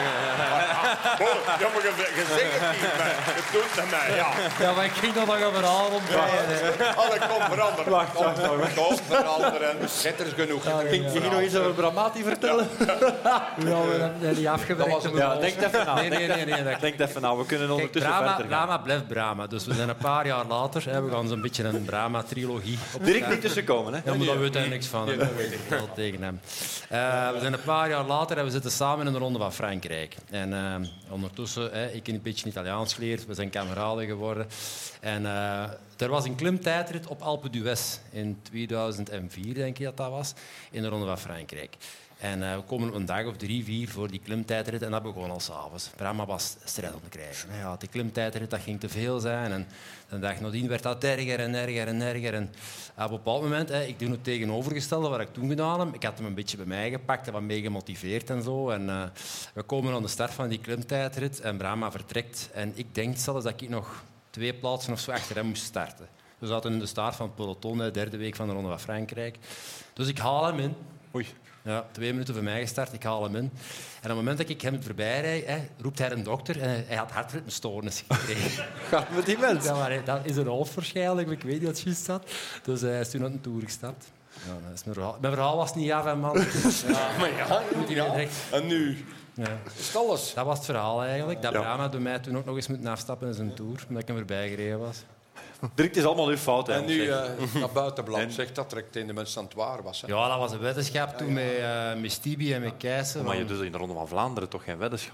Ja, maar je zegt het niet, maar het doet naar mij. Ja. Ja, maar ik ging dan nog een verhaal ontbreiden. Oh, dat komt veranderen. Wacht, wacht, wacht. Dat komt veranderen. Zet er genoeg. Ja, ging je nog iets over Bramati vertellen? Ja, we hebben die afgewerkt. Ja, denk even na. Nee, nee, nee, nee, nee. Denk even na. We kunnen ondertussen Kijk, Brama, verder gaan. Brama blijft Brama. Dus we zijn een paar jaar later. Hè, we gaan zo'n beetje een Brama-trilogie opstarten. Direct niet tussenkomen, hè? Ja, maar daar weet hij niks van. Dat weet ik wel tegen hem. Uh, we zijn een paar jaar later en we zitten samen in de Ronde van Frankrijk. En uh, ondertussen, uh, ik heb een beetje Italiaans geleerd, we zijn kameraden geworden. En uh, er was een klimtijdrit op Alpe d'Huez in tweeduizend vier, denk ik dat dat was, in de Ronde van Frankrijk. En uh, we komen op een dag of drie, vier voor die klimtijdrit en dat begon al s'avonds. Brama was strijd om te krijgen. Ja, die klimtijdrit dat ging te veel zijn. En de dag nadien werd dat erger en erger en erger. En op een bepaald moment, hè, ik doe het tegenovergestelde wat ik toen gedaan heb. Ik had hem een beetje bij mij gepakt en wat mee gemotiveerd en zo. En uh, we komen aan de start van die klimtijdrit en Brama vertrekt. En ik denk zelfs dat ik nog twee plaatsen of zo achter hem moest starten. We zaten in de start van het peloton, de derde week van de Ronde van Frankrijk. Dus ik haal hem in. Oei. Ja, twee minuten voor mij gestart, ik haal hem in. En op het moment dat ik hem voorbij rijd, hè, roept hij een dokter en hij had hartritmestoornis gekregen. Gaat met die mens? Ja, maar dat is een half waarschijnlijk, ik weet niet wat het juist zat. Dus hij is toen uit een toer gestapt. Ja, dat is mijn, verhaal. mijn verhaal was niet af, hè, man. Ja, maar ja, moet hij nou? En nu? Ja. Is het alles? Dat was het verhaal eigenlijk. Dat ja. Brama door mij toen ook nog eens moeten afstappen in zijn toer, omdat ik hem voorbij gereden was. Dirk, is allemaal uw fout. Hè, en nu uh, naar buitenblad zegt dat er tegen de mensen aan het waar was. Hè. Ja, dat was een weddenschap toen ja, ja. met, uh, met Stibi en met Keijsen. Maar je doet in de Ronde van Vlaanderen toch geen weddenschap?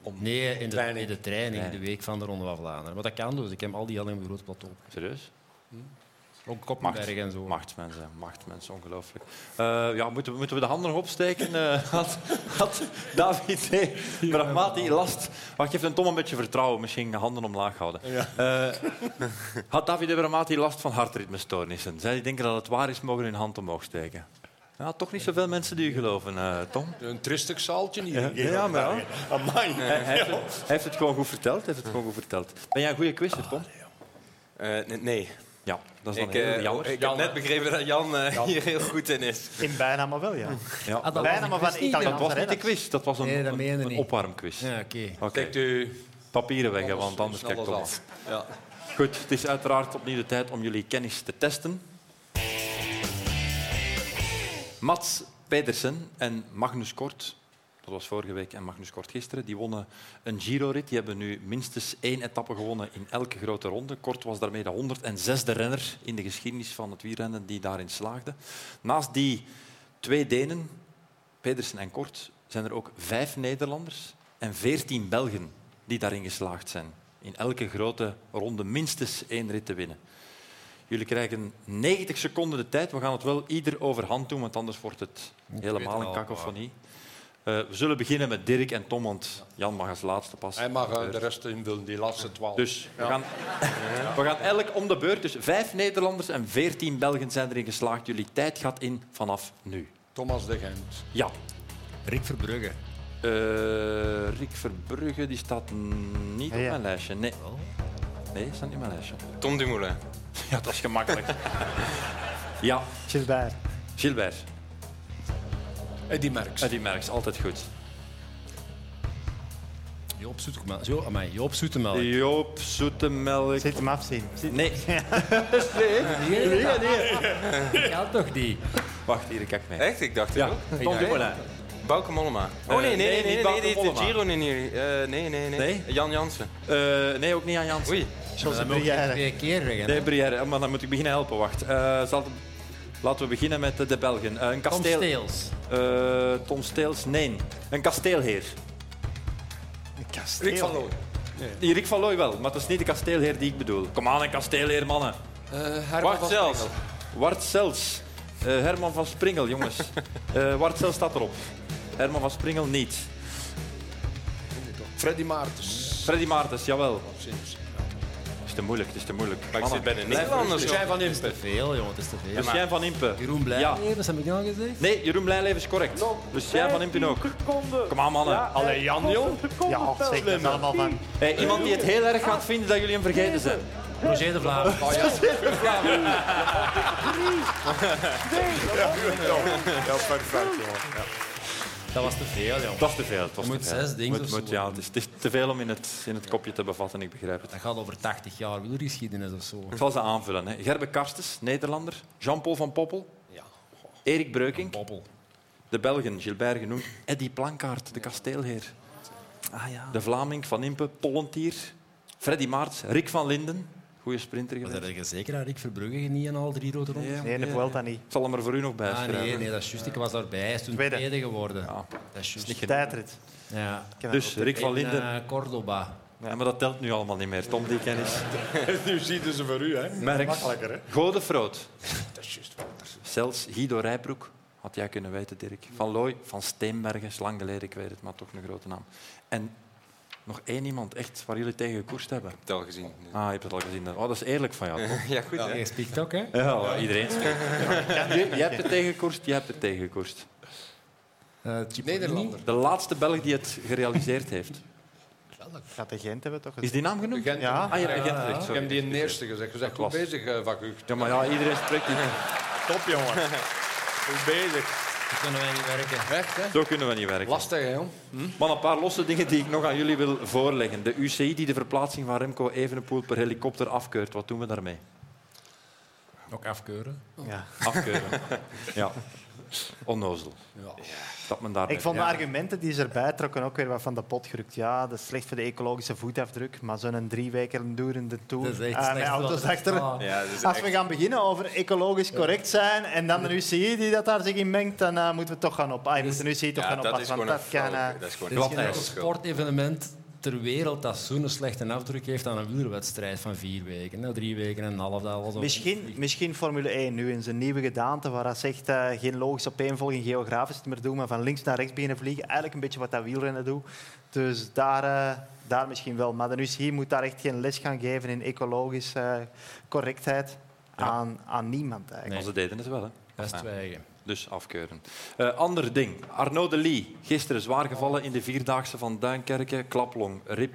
Om nee, in de, training. in de training, nee. de week van de Ronde van Vlaanderen. Maar dat kan dus. Ik heb al die al in mijn groot plateau. Serieus? Hm? Ook Koppenberg en zo. Machtsmensen, machtsmensen, ongelooflijk. Uh, ja, moeten, we, moeten we de handen nog opsteken? Uh, had, had David Bramati last... Wacht, geef een Tom een beetje vertrouwen. Misschien handen omlaag houden. Ja. Uh, had David Bramati last van hartritmestoornissen? Zij die denken dat het waar is, mogen hun hand omhoog steken. Ja, toch niet zoveel mensen die u geloven, uh, Tom. Een tristig zaaltje niet. Ja, ja, maar ja. Amai. Hij, hij, heeft het, hij heeft het gewoon goed verteld. Heeft het gewoon goed verteld. Ben jij een goede quizzer, Tom? Uh, nee. Ja, dat is dan ik, heel uh, jammer. Ik heb net begrepen dat Jan, uh, Jan hier heel goed in is. In bijna maar wel, ja. ja. Ah, dat bijna maar van Italiaanse Dat was niet de quiz, dat was een, nee, dat een, een opwarmquiz. Ja, oké. Okay. Kijk u papieren weg, want anders kijkt het af. Ja. Goed, het is uiteraard opnieuw de tijd om jullie kennis te testen. Mats Pedersen en Magnus Kort, dat was vorige week en Magnus Kort gisteren, die wonnen een Giro-rit. Die hebben nu minstens één etappe gewonnen in elke grote ronde. Kort was daarmee de honderdzesde renner in de geschiedenis van het wielrennen die daarin slaagde. Naast die twee Denen, Pedersen en Kort, zijn er ook vijf Nederlanders en veertien Belgen die daarin geslaagd zijn. In elke grote ronde minstens één rit te winnen. Jullie krijgen negentig seconden de tijd. We gaan het wel ieder overhand doen, want anders wordt het helemaal een kakofonie. Uh, we zullen beginnen met Dirk en Tom, want Jan mag als laatste pas. Hij mag uh, de rest invullen, die laatste twaalf. Dus we, ja. gaan, we gaan elk om de beurt. Dus vijf Nederlanders en veertien Belgen zijn erin geslaagd. Jullie tijd gaat in vanaf nu. Thomas de Gent. Ja. Rick Verbrugge. Uh, Rick Verbrugge die staat niet ja, ja. op mijn lijstje. Nee. Nee, staat niet op mijn lijstje. Tom Dumoulin. Ja, dat is gemakkelijk. Ja. Gilbert. Gilbert. Eddy Merckx. Eddy Merckx, altijd goed. Joop Zoetemelk. Jo, amai, Joop Zoetemelk. Joop Zoetemelk. Zit hem afzien. Zit... Nee. nee. Nee, nee, nee. Ja, toch niet. Wacht, hier, kijk mee. Echt? Ik dacht ja. het ook. Tom Dumoulin. Bauke Mollema. Oh nee, nee, nee, nee, nee, nee, nee de Giro niet. Uh, nee, nee, nee, nee. Jan Jansen. Uh, nee, ook niet Jan Jansen. Oei. José Brière. Twee keer weg. Nee, Brière. Maar dan moet ik beginnen helpen. Wacht. Uh, zal het... Laten we beginnen met de Belgen. Uh, een kasteel... Tom Steels. Uh, Tom Steels, nee. Een kasteelheer. Een kasteelheer? Rick van Looy. Nee. Rick van Looy wel, maar dat is niet de kasteelheer die ik bedoel. Kom aan, een kasteelheer, mannen. Uh, Wart Cels. Wart Cels. Uh, Herman van Springel, jongens. Uh, Wart Cels staat erop. Herman van Springel niet. Freddy Maartens. Freddy Maartens, jawel. Het is te moeilijk, het is te moeilijk. Maar ik zit bij de Nederlanders. Lucien van Impe. Het is te veel, jongen. Het is te veel. Lucien van Impe. Jeroen Blijleven, ja. Dat heb ik al gezegd. Nee, Jeroen Blijleven is correct. Lucien van Impe ook. Kom aan, mannen. Ja, allee, Jan, joh. Ja, zeker. Dat is allemaal van... Hey, iemand die het heel erg gaat vinden dat jullie hem vergeten zijn. Roger de Vlaam. Oh, ja. Ja, perfect, jongen. Dat was te veel, jongen. Dat is te veel. Het was je moet te veel. zes dingen moet, moet, ja, het, is, het is te veel om in het, in het kopje te bevatten, ik begrijp het. Dat gaat over tachtig jaar wielergeschiedenis of zo. Ik zal ze aanvullen. Hè. Gerbe Karstens, Nederlander. Jean-Paul van Poppel. Ja. Erik Breukink. Poppel. De Belgen, Gilbert genoemd. Eddy Plankaart, de kasteelheer. Ah, ja. De Vlaming, Van Impe, Pollentier. Freddy Maartens, Rick van Linden. Goeie sprinter geweest. Maar dat je zeker dat Rick Verbrugge niet in al drie rode rondes? Nee, nee, de Vuelta niet. Ik zal hem er voor u nog bij ah, schrijven. Nee, nee, dat is juist. Ik was daarbij. Hij is toen tweede, tweede geworden. Ja. Dat is juist. Tijdrit. Ja. Dus Rick van Linden. In, uh, Cordoba. Ja, maar dat telt nu allemaal niet meer. Tom, die kennis. Nu zien ze voor u, hè. Merks. Makkelijker, hè. Godefroot. Dat is juist. Zelfs Guido Rijbroek. Had jij kunnen weten, Dirk. Van Looy, Van Steenbergen. Is lang geleden, ik weet het, maar toch een grote naam. En nog één iemand echt waar jullie tegen gekoerst hebben. Ik heb het al gezien. Ah, je hebt het al gezien. Oh, dat is eerlijk van jou, toch? Ja, goed. Ja. Je spreekt ook, hè? Ja, ja, iedereen spreekt. Je, je hebt er tegen gekoerst, je hebt er tegen gekoerst. Uh, Nederlander. De laatste Belg die het gerealiseerd heeft. Gaat de Gent hebben toch? Is die naam genoemd? Gent. Ja. Ah, ja, Gent. Ja, Ja. ik heb die in de eerste gezegd. Je bent goed bezig, uh, Van Gucht. Ja, maar ja, iedereen spreekt die. Top, jongen. Goed bezig. Zo kunnen wij niet werken. Echt, hè? Zo kunnen we niet werken. Lastig, hè, jong. Hm? Maar een paar losse dingen die ik nog aan jullie wil voorleggen. De U C I die de verplaatsing van Remco Evenepoel per helikopter afkeurt. Wat doen we daarmee? Ook afkeuren. Ja. Afkeuren. Ja. Onnozel. Ja. Dat men daar ik vond de argumenten die ze erbij trokken ook weer wat van de pot gerukt. Ja, dat is slecht voor de ecologische voetafdruk, maar zo'n drie weken durende tour uh, met auto's achter. Ah. Ja, Als echt... we gaan beginnen over ecologisch correct zijn en dan de U C I die dat daar zich in mengt, dan uh, moeten we toch gaan op. Ah, de U C I toch ja, gaan oppassen. Dat, dat, kan, uh, dat is gewoon een sportevenement ter wereld dat zo'n slechte afdruk heeft aan een wielerwedstrijd van vier weken, nou, drie weken en een half. Dat misschien, misschien Formule één nu in zijn nieuwe gedaante, waar dat zegt uh, geen logische opeenvolging geografisch meer doen, maar van links naar rechts beginnen vliegen. Eigenlijk een beetje wat dat wielrennen doet. Dus daar, uh, daar misschien wel. Maar de U C I moet daar echt geen les gaan geven in ecologische uh, correctheid ja. aan, aan niemand eigenlijk. Nee. Maar ze deden het wel, hè? Dat is zwijgen. Dus afkeuren. Uh, ander ding. Arnaud de Lie. Gisteren zwaar gevallen in de vierdaagse van Duinkerke. Klaplong, rib,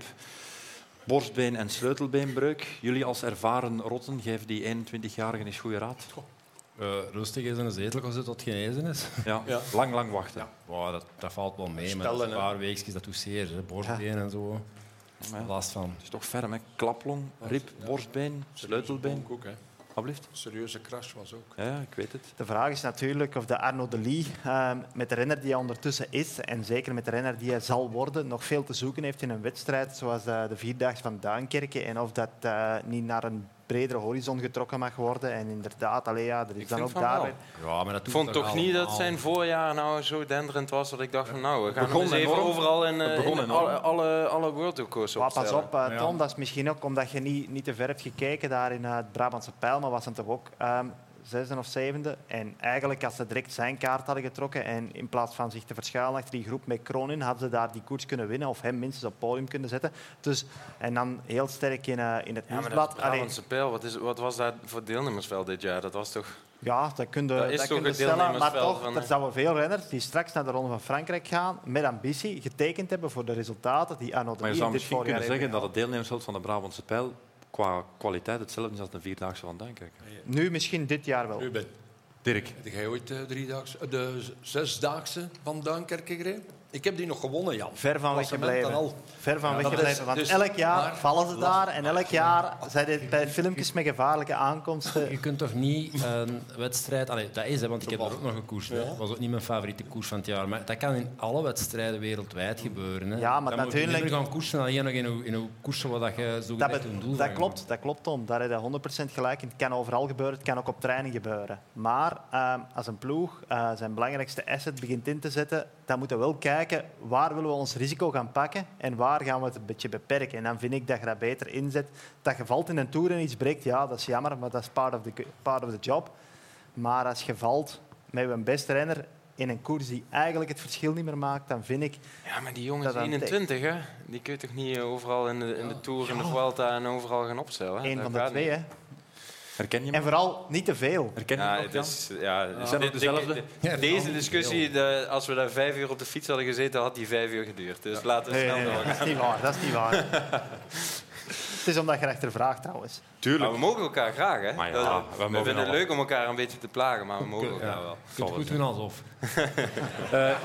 borstbeen en sleutelbeenbreuk. Jullie als ervaren rotten, geven die eenentwintigjarige eens goede raad. Uh, rustig is in een zetel als het tot genezen is. Ja, ja. lang, lang wachten. Ja. Wow, dat, dat valt wel mee, maar een paar weekjes dat doet zeer. Hè. Borstbeen ja. en zo. Ja. Last van. Het is toch ferm, hè? Klaplong, rib, borstbeen, sleutelbeen. Ook, hè. Alblieft. Een serieuze crash was ook. Ja, ik weet het. De vraag is natuurlijk of de Arnaud de Lie, uh, met de renner die hij ondertussen is, en zeker met de renner die hij zal worden, nog veel te zoeken heeft in een wedstrijd zoals uh, de Vierdaagse van Duinkerke. En of dat uh, niet naar een bredere horizon getrokken mag worden. En inderdaad, allee, ja, er is ik dan ook daar... Ja, maar dat ik vond toch niet dat zijn voorjaar nou zo denderend was dat ik dacht van nou, we gaan nog eens even overal in, uh, in alle, alle, alle World Tours opstellen. Pas op, uh, Tom, ja. dat is misschien ook omdat je niet, niet te ver hebt gekeken daar in uh, het Brabantse Pijl, maar was het toch ook um, zesde of zevende. En eigenlijk, als ze direct zijn kaart hadden getrokken en in plaats van zich te verschuilen achter die groep met Kronin, hadden ze daar die koers kunnen winnen of hem minstens op het podium kunnen zetten. Dus, en dan heel sterk in, uh, in het ja, nieuwsblad. Het Brabantse Pijl, wat, is, wat was dat voor deelnemersveld dit jaar? Dat was toch... Ja, dat kun je, dat is dat toch kun je stellen. Maar toch, van, er zouden veel renners die straks naar de Ronde van Frankrijk gaan met ambitie getekend hebben voor de resultaten die Arnaud de Lie dit Maar je zou misschien kunnen zeggen dat het deelnemersveld van de Brabantse Pijl qua kwaliteit hetzelfde is als de Vierdaagse van Duinkerke. Nu misschien dit jaar wel. Ruben. Dirk. Heb jij ooit de, driedaagse, de zesdaagse van Duinkerke gereden? Ik heb die nog gewonnen, Jan. Ver van weggebleven. Ver van ja, weggebleven. Want dus, elk jaar maar, vallen ze daar en elk jaar zijn dit bij filmpjes met gevaarlijke aankomsten. Je kunt toch niet een wedstrijd... Allee, dat is, hè, want ik heb er ook nog een koers. Ja. Dat was ook niet mijn favoriete koers van het jaar. Maar dat kan in alle wedstrijden wereldwijd gebeuren. Hè. Ja, maar dan natuurlijk... moet je gaan koersen alleen nog in een, in een koersen waar je zo dat, een doel dat klopt, dat klopt, Tom. Daar heb je honderd procent gelijk. Het kan overal gebeuren, het kan ook op training gebeuren. Maar uh, als een ploeg uh, zijn belangrijkste asset begint in te zetten, dan moeten we wel kijken waar willen we ons risico gaan pakken en waar gaan we het een beetje beperken. En dan vind ik dat je dat beter inzet. Dat je valt in een toer en iets breekt, ja, dat is jammer, maar dat is part of the, part of the job. Maar als je valt met een beste renner in een koers die eigenlijk het verschil niet meer maakt, dan vind ik... Ja, maar die jongens eenentwintig, hè? Die kun je toch niet overal in de, in de Tour, in de Vuelta en overal gaan opstellen? Eén van de twee, hè? Herken je en vooral niet te veel. Herken je ja, nog, dus, ja, ja. Is dat de, dezelfde? De, de, deze discussie, de, als we daar vijf uur op de fiets hadden gezeten, had die vijf uur geduurd. Dus ja. laten we nee, snel nee, doorgaan. Dat is niet waar. Dat is niet waar. Het is omdat je erachter vraagt, trouwens. Tuurlijk. Maar we mogen elkaar graag, hè? Maar ja, dat, we, we vinden het leuk om elkaar een beetje te plagen, maar we mogen elkaar ja. wel. Je kunt goed doen alsof. uh,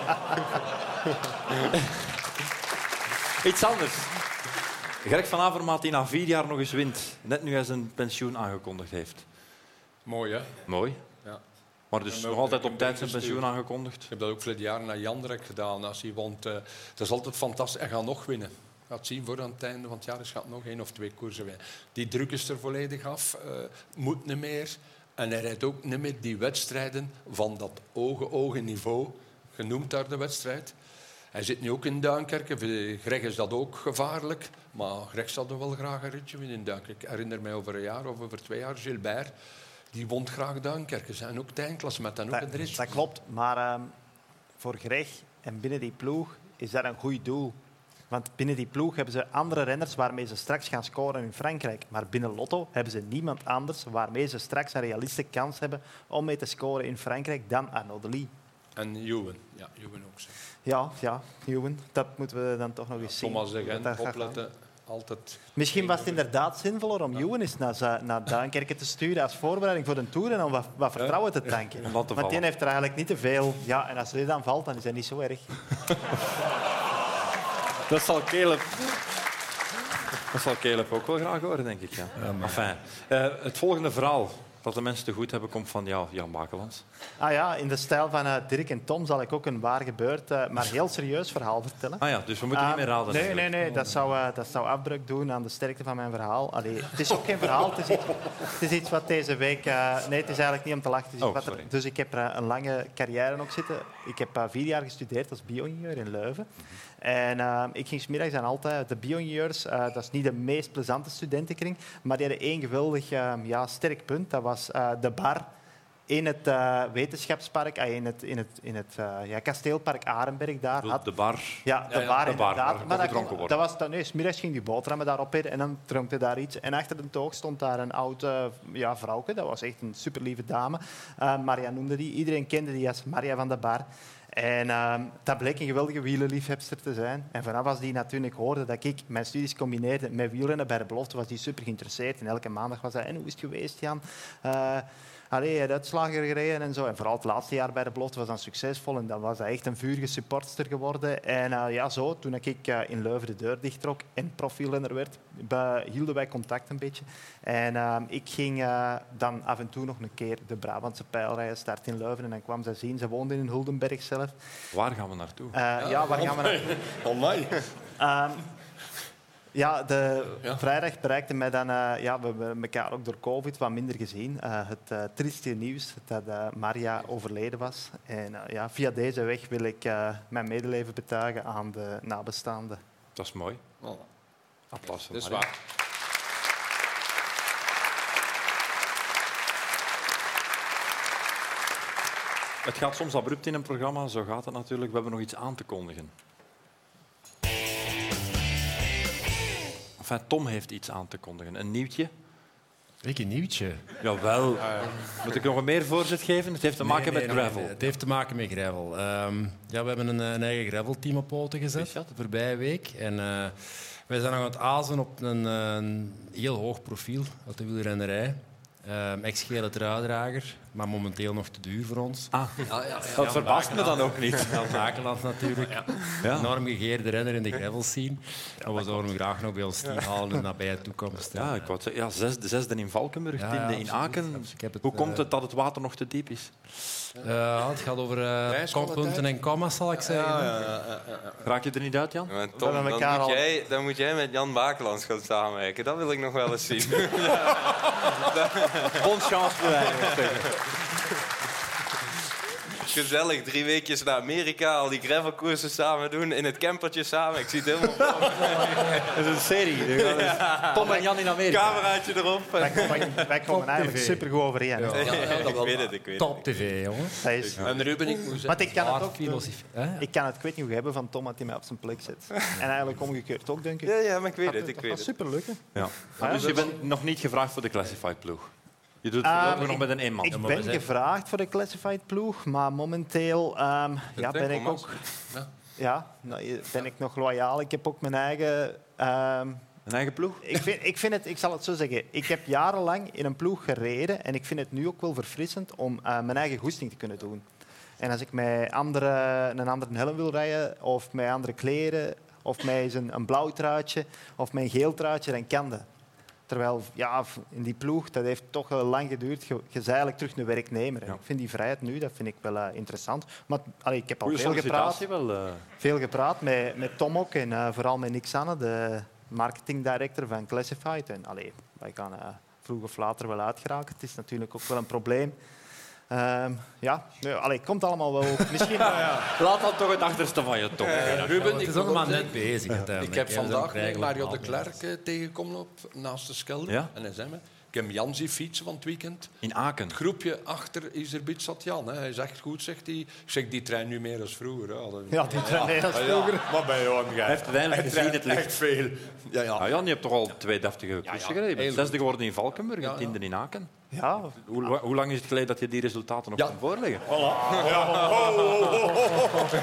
Iets anders. Greg van Avermaat die na vier jaar nog eens wint. Net nu hij zijn pensioen aangekondigd heeft. Mooi, hè? Mooi. Ja. Maar dus nog altijd op tijd zijn pensioen aangekondigd. Ik heb dat ook verleden jaar naar Jandrek gedaan. Als hij won, uh, dat is altijd fantastisch. Hij gaat nog winnen. Gaat zien voor aan het einde van het jaar. Hij gaat nog één of twee koersen winnen. Die druk is er volledig af. Uh, moet niet meer. En hij rijdt ook niet meer die wedstrijden van dat ogen-ogen niveau. Genoemd daar de wedstrijd. Hij zit nu ook in Duinkerke. Voor Greg is dat ook gevaarlijk. Maar Greg zal er wel graag een ritje winnen in Duinkerke. Ik herinner mij over een jaar of over twee jaar Gilbert. Die won graag Duinkerke. Zijn ook de eindklasse met dan ook een rit. Dat klopt. Maar um, voor Greg en binnen die ploeg is dat een goed doel. Want binnen die ploeg hebben ze andere renners waarmee ze straks gaan scoren in Frankrijk. Maar binnen Lotto hebben ze niemand anders waarmee ze straks een realistische kans hebben om mee te scoren in Frankrijk dan Arnaud de Lie. En Ewan. Ja, Ewan ook zo. Ja, ja, Ewan. Dat moeten we dan toch nog eens zien. Thomas de Gent, opletten. Altijd. Misschien was het inderdaad zinvoller om Ewan eens naar, naar Duinkerke te sturen als voorbereiding voor de Tour en om wat, wat vertrouwen te tanken. Ja, want die heeft er eigenlijk niet te veel. Ja, en als hij dan valt, dan is hij niet zo erg. Dat zal Caleb... Dat zal Caleb ook wel graag horen, denk ik. Ja. Ja, maar... enfin, uh, het volgende verhaal. dat de mensen te goed hebben, komt van jou, Jan Bakelands. Ah ja, in de stijl van uh, Dirk en Tom zal ik ook een waar gebeurd, uh, maar heel serieus verhaal vertellen. Ah ja, dus we moeten uh, niet meer raden. Nee, nee, nee. Dat zou, uh, dat zou afbreuk doen aan de sterkte van mijn verhaal. Allee, het is ook geen verhaal. Het is iets, het is iets wat deze week... Uh, nee, het is eigenlijk niet om te lachen. Het is oh, wat er, dus ik heb uh, een lange carrière nog zitten. Ik heb uh, vier jaar gestudeerd als bio-ingenieur in Leuven. En uh, ik ging 's middags aan altijd de bio-ingenieurs. Uh, dat is niet de meest plezante studentenkring, maar die hadden één geweldig uh, ja, sterk punt. Dat was uh, de bar in het uh, wetenschapspark, uh, in het, in het, in het uh, ja, kasteelpark Arenberg. Daar had, de bar? Ja, de ja, bar, ja, de bar inderdaad. waar maar dat, gedronken wordt. dat was dan, nee, 's middags ging die boterhammen daarop eten en dan dronk hij daar iets. En achter de toog stond daar een oude ja, vrouwke. Dat was echt een superlieve dame. Uh, Maria noemde die. Iedereen kende die als Maria van de Bar. En uh, dat bleek een geweldige wielerliefhebster te zijn. En vanaf als die natuurlijk hoorde dat ik mijn studies combineerde met wielrennen bij de belofte, was die super geïnteresseerd. En elke maandag was hij, en hoe is het geweest, Jan? Uh, Allee, hij had uitslagen gereden en zo. En vooral het laatste jaar bij de belofte was dan succesvol. En dan was hij echt een vurige supportster geworden. En uh, ja, zo, toen ik uh, in Leuven de deur dichttrok en profielrenner werd, hielden wij contact een beetje. En uh, ik ging uh, dan af en toe nog een keer de Brabantse pijlrijden starten in Leuven. En dan kwam ze zien, ze woonde in Huldenberg zelf. Waar gaan we naartoe? Uh, ja, ja, waar gaan we naartoe? Online. Um, Ja, de ja. vrijdag bereikte mij dan... Uh, ja, we hebben elkaar ook door COVID wat minder gezien. Uh, het uh, trieste nieuws dat uh, Maria overleden was. En uh, ja, via deze weg wil ik uh, mijn medeleven betuigen aan de nabestaanden. Dat is mooi. Oh. Applaus voor Dat is Maria. waar. Het gaat soms abrupt in een programma, zo gaat het natuurlijk. We hebben nog iets aan te kondigen. Enfin, Tom heeft iets aan te kondigen. Een nieuwtje. Ik een nieuwtje? Jawel. Uh, Moet ik nog een meer voorzet geven? Het heeft te maken nee, nee, met gravel. Nee, nee. Het heeft te maken met gravel. Um, ja, we hebben een, een eigen gravelteam op poten gezet de voorbije week. En uh, wij zijn nog aan het azen op een, een heel hoog profiel uit de wielrennerij. Um, ex-gele truidrager, maar momenteel nog te duur voor ons. Ah, ja, ja, ja. Dat verbaast me dan ook niet. Jan Bakelands natuurlijk. Ja. Ja. Enorm gegeerde renner in de gravel scene. Ja, we zouden hem graag nog bij ons team halen in de nabije toekomst. Ja, ik wou zeggen, ja, zes, de zesde in Valkenburg, ja, tiende ja, in Aken. Het, Hoe komt het dat het water nog te diep is? Uh, het gaat over uh, punten en commas, zal ik zeggen. Ja, ja, ja, ja, ja. Raak je er niet uit, Jan? Ja, Tom, dan, moet jij, dan moet jij met Jan Bakelands gaan samenwerken. Dat wil ik nog wel eens zien. Bon chance voor mij. Gezellig, drie weekjes naar Amerika, al die gravelkoersen samen doen, in het campertje samen. Ik zie het helemaal voor. Dat is een serie. Ja. Tom en Jan in Amerika. Cameraatje erop. Wij komen, wij komen eigenlijk supergoed overeen. Ja. Ja, ja, ja, ik weet het, ik weet Top tv, jongen. Dat is... En Ruben, ik moet zeggen... ik kan het ook... Ik kan het, ik weet niet hoe hebben van Tom dat hij mij op zijn plek zet. En eigenlijk omgekeerd ook, denk ik. Ja, ja, maar ik weet het. Ik dat weet gaat super lukken. Ja. Ja, dus je bent nog niet gevraagd voor de Classified ploeg? Je doet het um, nog met een eenman. Ik ben gevraagd voor de Classified ploeg, maar momenteel um, ja, ben ik ook... Ja, ja nou, ben ik nog loyaal. Ik heb ook mijn eigen... Um, een eigen ploeg? Ik, vind, ik, vind het, ik zal het zo zeggen. Ik heb jarenlang in een ploeg gereden en ik vind het nu ook wel verfrissend om uh, mijn eigen goesting te kunnen doen. En als ik met andere, een andere helm wil rijden of met andere kleren of met een, een blauw truitje of met een geel truitje, dan kan dat. Terwijl ja, in die ploeg, dat heeft toch lang geduurd. Je, je bent eigenlijk terug een werknemer. Ja. Ik vind die vrijheid nu, dat vind ik wel uh, interessant. Maar allee, ik heb al veel gepraat, wel, uh... veel gepraat met, met Tom ook en uh, vooral met Nick Sanne, de marketing director van Classified. En allee, wij gaan uh, vroeg of later wel uitgeraken. Het is natuurlijk ook wel een probleem. Um, ja, nee, allee, het komt allemaal wel. Misschien, ja, ja. Laat dan toch het achterste van je top. Uh, Ruben, het is ook maar net bezig. Ja. Ik heb ja, vandaag Mario de Klerk uh, tegengekomen op, naast de Schelde. Ja? En hij zei me, ik heb Jan zien fietsen van het weekend. In Aken? Het groepje achter Iserbit zat Jan. Hè. Hij is echt goed, zegt hij. Ik zeg, die trein nu meer dan vroeger. Hè. Ja, die trein meer dan vroeger. Ja, maar bij Johan Hij heeft uiteindelijk gezien het licht. Echt veel. Ja, ja. Ah, Jan, je hebt toch al twee deftige koersen ja, ja. gereden. Zesde geworden in Valkenburg en tiende in Aken. Ja. Hoe, hoe lang is het geleden dat je die resultaten nog ja. kon voorleggen? Voilà. Ja. Oh, oh, oh, oh.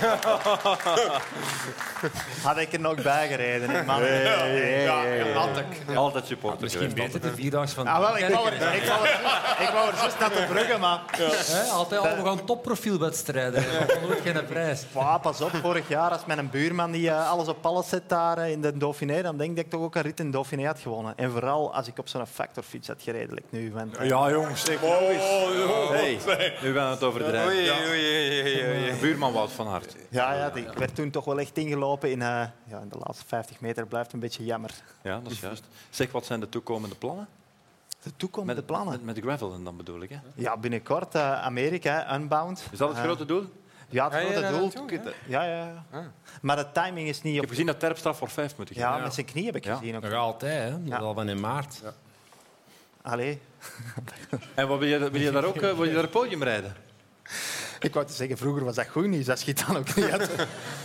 Had ik er nog bij gereden, hè, man. Nee, ja, nee, ja, nee. ja. Altijd, altijd supporter. Misschien beter de vierdags van... Ah, wel, ik wou er, ik wou er, ik wou er juist naar de bruggen, maar... Ja. He, altijd al nog een topprofielwedstrijden. Dat was nooit geen prijs. Wow, pas op, vorig jaar als mijn buurman die uh, alles op alles zet daar uh, in de Dauphiné, dan denk ik dat ik toch ook een rit in de Dauphiné had gewonnen. En vooral als ik op zo'n factorfiets had gereden, like nu. Want, uh, ja, Ja, jongens. Zeg, Oh, oh, hey, nu gaan we het overdrijven. Oei, oei, oei, oei, oei. Buurman Wout van Aert. Ja, ja die, ik werd toen toch wel echt ingelopen in, uh, ja, in de laatste vijftig meter. Blijft een beetje jammer. Ja, dat is juist. Zeg, wat zijn de toekomende plannen? De toekomende met, plannen? Met, met de gravel dan bedoel ik. Hè? Ja, binnenkort uh, Amerika, Unbound. Is dat het uh, grote doel? Ja, het Ga je grote daar doel. naartoe, Ja, ja, ja. Ah. Maar de timing is niet Ik op... heb gezien dat Terpstra voor vijf moet gaan. Ja, Ja, met zijn knie heb ik Ja. gezien. Ook. Nog altijd, hè? Dat is Ja. al van in maart. Ja. Allee. En wat wil, je, wil je daar ook uh, wil je daar een podium rijden? Ik wou te zeggen, vroeger was dat goed niet. Dat schiet dan ook niet uit.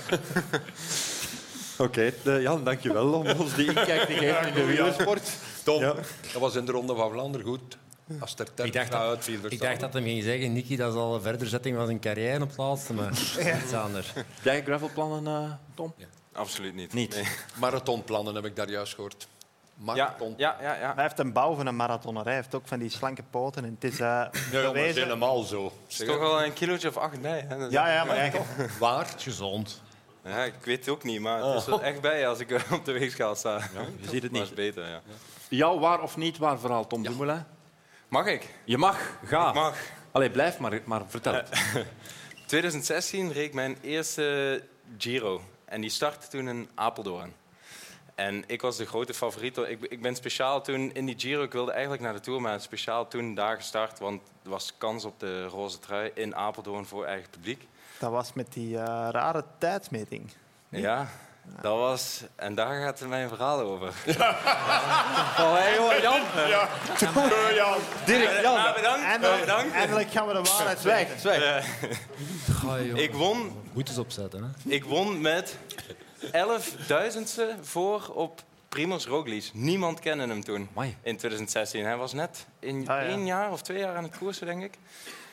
Oké, okay, Jan, dankjewel om ons die inkijk te geven in de wielersport. Tom, Ja. dat was in de Ronde van Vlaanderen goed. Als er Ik dacht, Terpstra dat, uitviel. ik verstaan. dacht dat hij ging zeggen, Nicky, dat is al een verderzetting van zijn carrière op het laatste, maar iets anders. Jij gravelplannen, uh, Tom? Ja. Absoluut niet. Niet? Nee. Marathonplannen heb ik daar juist gehoord. Ja, Marathon. ja, ja, ja. Hij heeft een bouw van een marathoner. Hij heeft ook van die slanke poten. En het is uh, Ja, maar dat is bewezen... helemaal zo. Het is toch wel een kilootje of acht bij. Hè? Dat is Ja, echt- ja, maar eigenlijk... Waar? Gezond. Ja, ik weet het ook niet, maar het is wel echt bij als ik eh, op de weegschaal sta. Ja, je ziet het Maar niet. is beter, ja. Jouw waar of niet waar verhaal, Tom Dumoulin? Mag ik? Je mag, ga. Ik mag. Allee, blijf maar, maar vertel het. twintig zestien reed ik mijn eerste Giro. En die startte toen in Apeldoorn. En ik was de grote favoriet. Ik, ik ben speciaal toen in die Giro, ik wilde eigenlijk naar de Tour, maar speciaal toen daar gestart, want er was kans op de roze trui in Apeldoorn voor eigen publiek. Dat was met die uh, rare tijdsmeting. Ja, dat was... En daar gaat mijn verhaal over. Ja. Oh, hey, joh, Jan. Ja, Jan. Direct, Jan. Ja, bedankt. Eindelijk, bedankt. eindelijk gaan we de waarheid weten. Zwijg. Ga, joh. Ik won, Moet eens opzetten, hè? ik won met elfduizendste voor op Primoz Roglic. Niemand kende hem toen, Amai. in twintig zestien. Hij was net in Ah, ja. één jaar of twee jaar aan het koersen, denk ik.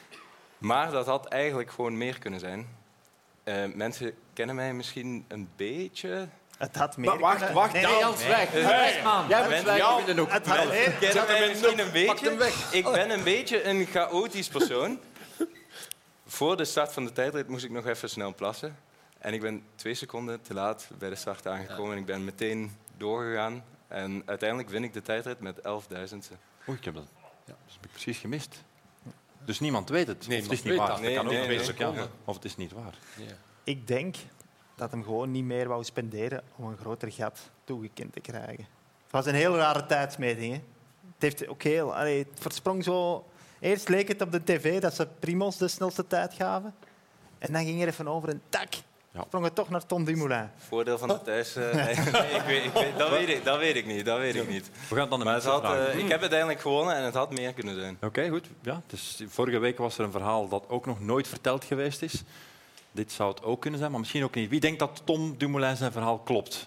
Maar dat had eigenlijk gewoon meer kunnen zijn. Uh, mensen kennen mij misschien een beetje. Het had meer Maar wacht, kunnen- wacht. Nee, Nee, nee, Jan, zwijg. Hey. Zwijg, man. Jij moet Mensen- zwijgen Jan, in de hoek. het had meer... Kennen mij misschien een Pak beetje. hem weg. Ik ben een beetje een chaotisch persoon. Voor de start van de tijdrit moest ik nog even snel plassen. En ik ben twee seconden te laat bij de start aangekomen. En ik ben meteen doorgegaan. En uiteindelijk win ik de tijdrit met elfduizendste. Oei, ik heb dat, dat heb ik precies gemist. Dus niemand weet het. Nee, of het is niet weet waar. dat. Dat Nee, kan ook nee, twee nee. seconden. Of het is niet waar. Ik denk dat hem gewoon niet meer wou spenderen om een groter gat toegekend te krijgen. Het was een heel rare tijdsmeting. Hè. Het, heeft ook heel, allee, het versprong zo... Eerst leek het op de tv dat ze Primoz de snelste tijd gaven. En dan ging er even over een tak. Ja. Sprong het toch naar Tom Dumoulin. Voordeel van de thuis... eh, nee, nee, ik weet, ik weet, dat, weet ik, dat weet ik niet. Dat weet ik niet. We gaan het dan de Maar het mensen had, vragen. eh, ik heb uiteindelijk gewonnen en het had meer kunnen zijn. Oké, goed. Ja, dus vorige week was er een verhaal dat ook nog nooit verteld geweest is. Dit zou het ook kunnen zijn, maar misschien ook niet. Wie denkt dat Tom Dumoulin zijn verhaal klopt?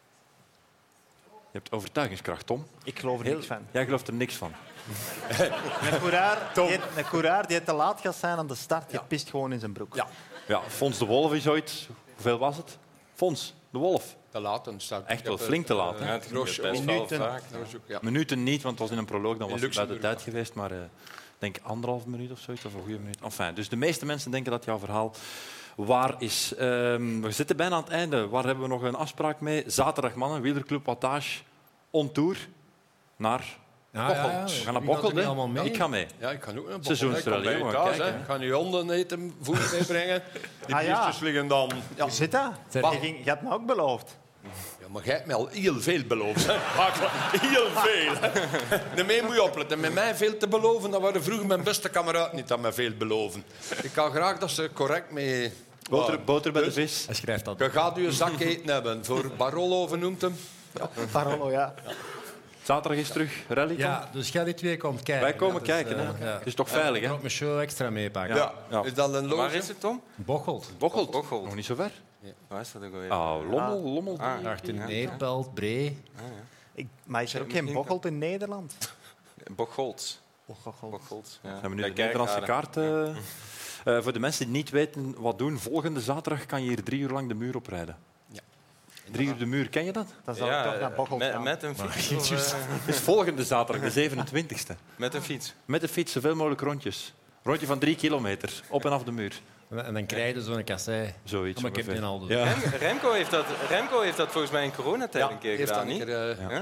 Je hebt overtuigingskracht, Tom. Ik geloof er Heel- niks van. Jij gelooft er niks van. Een coureur die, een coureur die te laat gaat zijn aan de start, die pist gewoon in zijn broek. Ja. Ja, Fons de Wolf is ooit... Hoeveel was het? Fons de Wolf. Te laat. En staat, Echt ik wel heb, flink te eh, laat, hè? Ja, het Roche- gebeurt best wel minuten. vaak. Roche- ja. Minuten niet, want het was in een proloog, dan In was het buiten Luxemburg, tijd geweest. Maar ik uh, denk anderhalf minuut of zoiets, of een goede minuut. Enfin, dus de meeste mensen denken dat jouw verhaal waar is. Um, we zitten bijna aan het einde. Waar hebben we nog een afspraak mee? Zaterdag, mannen, wielerclub Wattage on tour naar Ja, Bocholt. ja, ja. We gaan naar Wie gaat er Bocholt, niet hè? allemaal mee? Ik ga mee. Ja, ik kan ook een Seizoensrally, bij je maar thuis. kijken, hè. hè. Ik ga je honden eten, voer meebrengen. Die Ah, ja. biertjes liggen dan... Ja. Hoe zit dat? Zeg- Je, ging, je had me ook beloofd. Ja, maar jij hebt mij al heel veel beloofd. Hè. Heel veel. Hè. Daarmee moet je opletten. Met mij veel te beloven, dat waren vroeger mijn beste kameraad niet dat mij veel beloven. Ik kan graag dat ze correct mee... Boter, boter bij de Dus- vis. Hij schrijft dat. Je gaat je zak eten hebben. Voor Barolo noemt hem. Parolo, ja. Zaterdag is terug, rally. Tom? Ja, dus jij die twee komt kijken. Wij komen Ja, dus, kijken. eh, Hè? ja. Het is toch veilig, Ik hè? ga ook mijn show extra meepakken. Ja. Ja. Is dat een loge? Waar is het, Tom? Bocholt. Bocholt. Bocholt. Nog niet zo ver. Waar is dat ook alweer? Ah, Lommel, Lommel. Ah, Achter ja. Neerpelt, Bree. Ik, maar is er ook geen Bocholt in Nederland? Bocholt. Bocholt. Bocholt, ja. Gaan we nu Bij de Nederlandse Kerkrade. kaart... eh, eh, voor de mensen die niet weten wat doen, volgende zaterdag kan je hier drie uur lang de muur oprijden. Ja. Drie uur de muur, ken je dat? Dan zou Ja, ik toch naar Bocholt met, gaan. met een fiets. of, eh, Het is volgende zaterdag, de zevenentwintigste. met een fiets. Met de fiets, zoveel mogelijk rondjes. Rondje van drie kilometer, op en af de muur. En dan krijg je zo'n kassei. Zoiets. Maar ik heb ongeveer. die al. Dus. Ja. Rem- Remco, heeft dat, Remco heeft dat volgens mij in coronatijd Ja, een keer heeft gedaan, dat een niet? keer, eh, Ja? Ik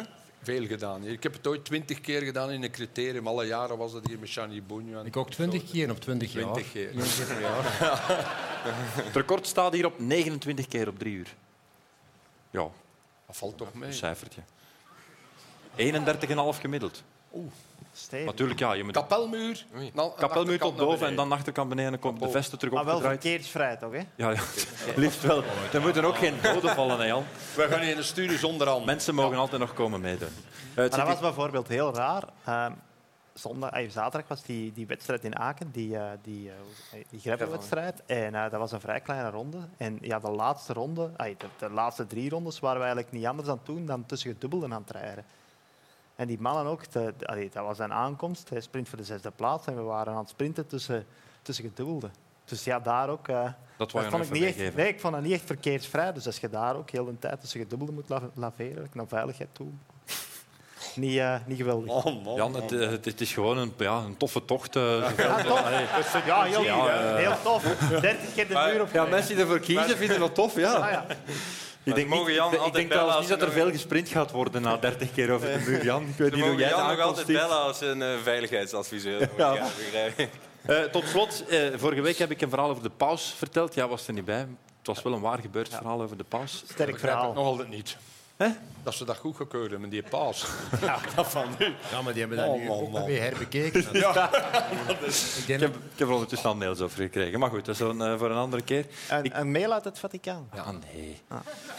veel gedaan. Ik heb het ooit twintig keer gedaan in een criterium. Alle jaren was dat hier met Gianni Bugno. Ik ook twintig keer op twintig jaar. twintig keer. per jaar. Het record staat hier op negenentwintig keer op drie uur. Ja. Dat valt toch mee. Een cijfertje. eenendertig komma vijf gemiddeld. Oeh. Stevig. Natuurlijk, ja. Je moet Kapelmuur. Nou, kapelmuur tot boven en dan achterkant beneden komt de vesten terug Maar wel opgedraaid. verkeersvrij, toch? Hè? Ja, ja. Liefst wel. Er moeten ook geen doden vallen, hè, Jan. We gaan in een studie zonder hand. Mensen mogen altijd nog komen meedoen. Uh, Maar dat was bijvoorbeeld heel raar. Uh, zondag, uh, zaterdag was die, die wedstrijd in Aken, die, uh, die, uh, die greffenwedstrijd. En uh, dat was een vrij kleine ronde. En ja, de laatste ronde, uh, de, de laatste drie rondes waren we eigenlijk niet anders aan het doen dan tussen gedubbelden aan het rijden. En die mannen ook, de, de, allee, dat was zijn aankomst. Hij sprint voor de zesde plaats en we waren aan het sprinten tussen, tussen gedubbelden. Dus ja, daar ook... Uh, dat dat vond ik niet echt, nee, ik vond dat niet echt verkeersvrij. Dus als je daar ook heel de tijd tussen gedubbelden moet la laveren, naar veiligheid toe... Niet, uh, niet geweldig. Oh, man, Jan, het, het, het is gewoon een, ja, een toffe tocht. Uh, ja, tof. Ja, heel, ja, uh, heel tof. dertig keer de muur op. Ja, mensen die ervoor kiezen vinden dat tof, ja. Ah, ja. Ik denk, niet, Jan ik denk trouwens niet dat er veel gesprint gaat worden na dertig keer over de muur, Jan. Ik weet niet hoe jij Jan het nog altijd bellen als een uh, veiligheidsadviseur. Ja. Ja, uh, tot slot, uh, vorige week heb ik een verhaal over de paus verteld. Jij was er niet bij. Het was wel een waar gebeurd ja. verhaal over de paus. Sterk verhaal. Ik nog altijd niet. He? Dat ze dat goed gekeurd hebben, die paus. Ja, dat van nu. Ja, maar die hebben dat oh, nu man, ook man. weer herbekeken. Ja. ik, denk... ik, heb, ik heb er ondertussen al mails over gekregen. Maar goed, dat is een, uh, voor een andere keer. Een, ik... een mail uit het Vaticaan? Ja, nee. Ah.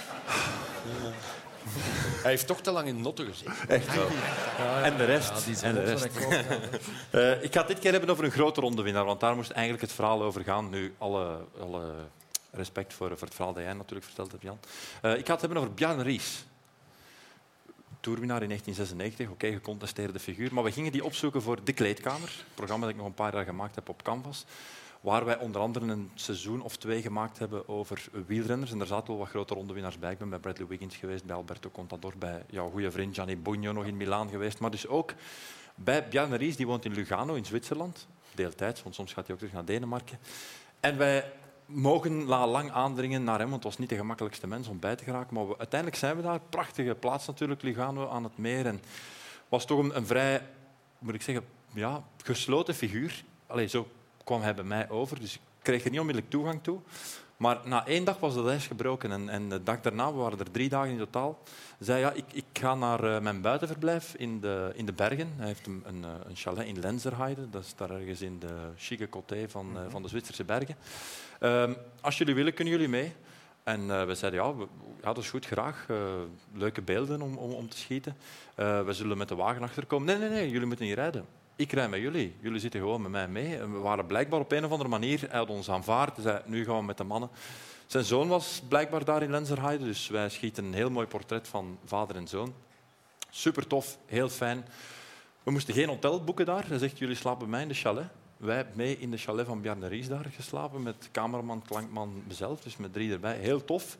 Hij heeft toch te lang in notten gezeten. Echt wel. Ja, ja. En de rest. Ja, die en de rest. uh, ik ga het dit keer hebben over een grote rondewinnaar, want daar moest eigenlijk het verhaal over gaan. Nu, alle, alle respect voor, voor het verhaal dat jij natuurlijk verteld hebt, Jan. Uh, ik ga het hebben over Bjarne Ries. Toerwinnaar in negentien zesennegentig, oké, okay, gecontesteerde figuur. Maar we gingen die opzoeken voor De Kleedkamer, een programma dat ik nog een paar jaar gemaakt heb op Canvas, waar wij onder andere een seizoen of twee gemaakt hebben over wielrenners. En er zaten wel wat grote rondewinnaars bij. Ik ben bij Bradley Wiggins geweest, bij Alberto Contador, bij jouw goede vriend Gianni Bugno nog in Milaan geweest. Maar dus ook bij Bjarne Ries, die woont in Lugano in Zwitserland. Deeltijds, want soms gaat hij ook terug naar Denemarken. En wij mogen lang aandringen naar hem, want het was niet de gemakkelijkste mens om bij te geraken. Maar we, uiteindelijk zijn we daar. Prachtige plaats natuurlijk, Lugano aan het meer. En was toch een, een vrij, moet ik zeggen, ja, gesloten figuur. Allee, zo kwam hij bij mij over, dus ik kreeg er niet onmiddellijk toegang toe. Maar na één dag was dat ijs gebroken. En, en de dag daarna, we waren er drie dagen in totaal, zei ja, ik, ik ga naar uh, mijn buitenverblijf in de, in de bergen. Hij heeft een, een, een chalet in Lenzerheide, dat is daar ergens in de chique côté van, uh, van de Zwitserse bergen. Uh, als jullie willen, kunnen jullie mee. En uh, we zeiden, ja, we, ja, dat is goed, graag. Uh, leuke beelden om, om, om te schieten. Uh, we zullen met de wagen achterkomen. Nee, nee, nee, jullie moeten niet rijden. Ik rijd met jullie. Jullie zitten gewoon met mij mee. En we waren blijkbaar op een of andere manier, hij had ons aanvaard. Hij zei, nu gaan we met de mannen. Zijn zoon was blijkbaar daar in Lenzerheide, dus wij schieten een heel mooi portret van vader en zoon. Super tof, heel fijn. We moesten geen hotel boeken daar. Hij zegt, jullie slapen bij mij in de chalet. Wij mee in de chalet van Bjarne Ries daar geslapen, met cameraman, klankman, mezelf, dus met drie erbij. Heel tof.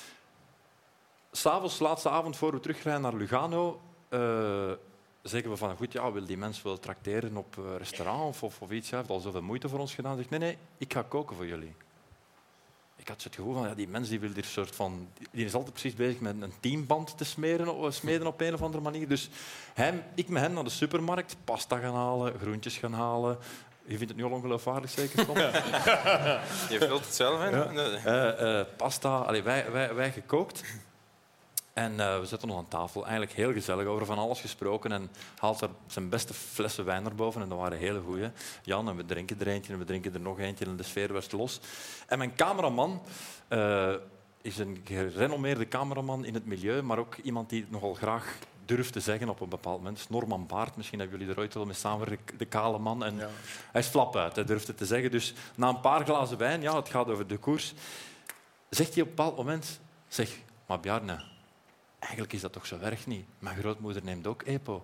'S Avonds, laatste avond voor we terugrijden naar Lugano, uh, zeggen we van, goed, ja, wil die mens wel trakteren op uh, restaurant of, of, of iets? Hij heeft al zoveel moeite voor ons gedaan. Hij zegt, nee, nee, ik ga koken voor jullie. Ik had het gevoel van, ja, die mens die wil hier soort van, die is altijd precies bezig met een teamband te smeren, smeden op een of andere manier. Dus hij, ik met hem naar de supermarkt, pasta gaan halen, groentjes gaan halen. Je vindt het nu al ongeloofwaardig, zeker, Tom? Ja. Je vult het zelf in. Ja. Uh, uh, pasta, allee, wij, wij, wij gekookt. En uh, we zetten ons aan tafel. Eigenlijk heel gezellig, over van alles gesproken. En haalt er zijn beste flessen wijn naar boven. En dat waren hele goeie. Jan, en we drinken er eentje en we drinken er nog eentje. En de sfeer werd los. En mijn cameraman uh, is een gerenommeerde cameraman in het milieu, maar ook iemand die het nogal graag durft te zeggen op een bepaald moment. Norman Baart, misschien hebben jullie er ooit wel mee samengewerkt, de kale man. En ja. Hij is flap uit, hij durft het te zeggen. Dus na een paar glazen wijn, ja, het gaat over de koers, zegt hij op een bepaald moment, zeg, maar Bjarne, eigenlijk is dat toch zo erg niet. Mijn grootmoeder neemt ook E P O.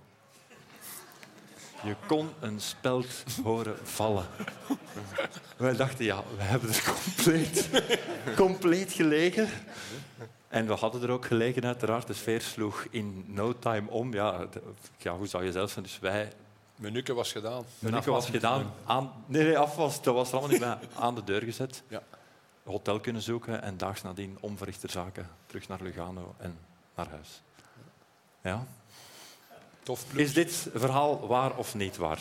Je kon een speld horen vallen. Wij dachten, ja, we hebben er compleet, compleet gelegen. En we hadden er ook gelegen, uiteraard. De sfeer sloeg in no time om. Ja, de, ja hoe zou je zelf zijn? Dus wij... Menuke was gedaan. Menuke was gedaan. Aan... Nee, nee, afwas. Dat was er allemaal niet bij. Aan de deur gezet. Ja. Hotel kunnen zoeken en daags nadien onverrichter zaken terug naar Lugano en naar huis. Ja. Tof Is dit verhaal waar of niet waar?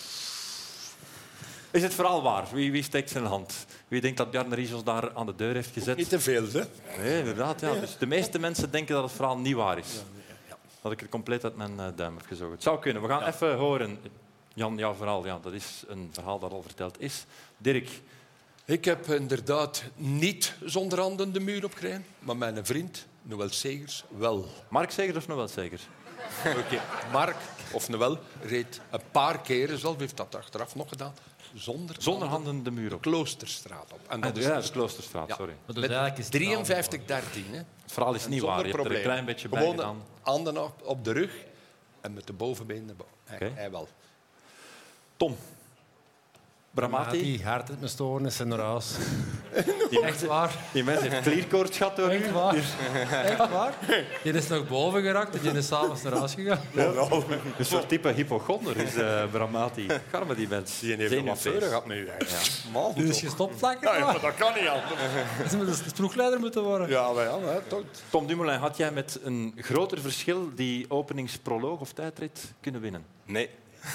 Is het verhaal waar? Wie, wie steekt zijn hand? Wie denkt dat Bjarne Ries ons daar aan de deur heeft gezet? Niet te veel, hè? Nee, inderdaad. Ja. Dus de meeste mensen denken dat het verhaal niet waar is. Dat ik het compleet uit mijn uh, duim heb gezogen. Het zou kunnen. We gaan ja. even horen. Jan, jouw verhaal. Ja, dat is een verhaal dat al verteld is. Dirk. Ik heb inderdaad niet zonder handen de muur opgereden, maar mijn vriend, Noël Segers, wel. Mark Segers of Noël Segers? Oké, okay. Mark of Noël reed een paar keren, zelf heeft dat achteraf nog gedaan, zonder, zonder handen, handen de muur op. De Kloosterstraat op. En dat is ja, de Kloosterstraat, ja, sorry. Met drieënvijftig dertien. Het verhaal is niet waar, je hebt er een klein beetje bij gedaan. Gewoon handen op, op de rug en met de bovenbeen naar boven. Hij, okay. hij wel. Tom. Bramati. Die hartritmestoornissen naar huis. Die echt waar. Die mens heeft klierkoorts gehad door echt waar. Echt waar. Die is nog boven geraakt en die is s'avonds naar huis gegaan. Ja, nou, een soort type hypochonder is uh, Bramati. Ga maar die mens. Die heeft een affaire gehad met u. Ja. Die is gestopt vlak. Ja, maar dat kan niet anders. Ze moet de ploegleider moeten worden. Ja, maar ja, maar toch. Tom Dumoulin, had jij met een groter verschil die openingsproloog of tijdrit kunnen winnen? Nee.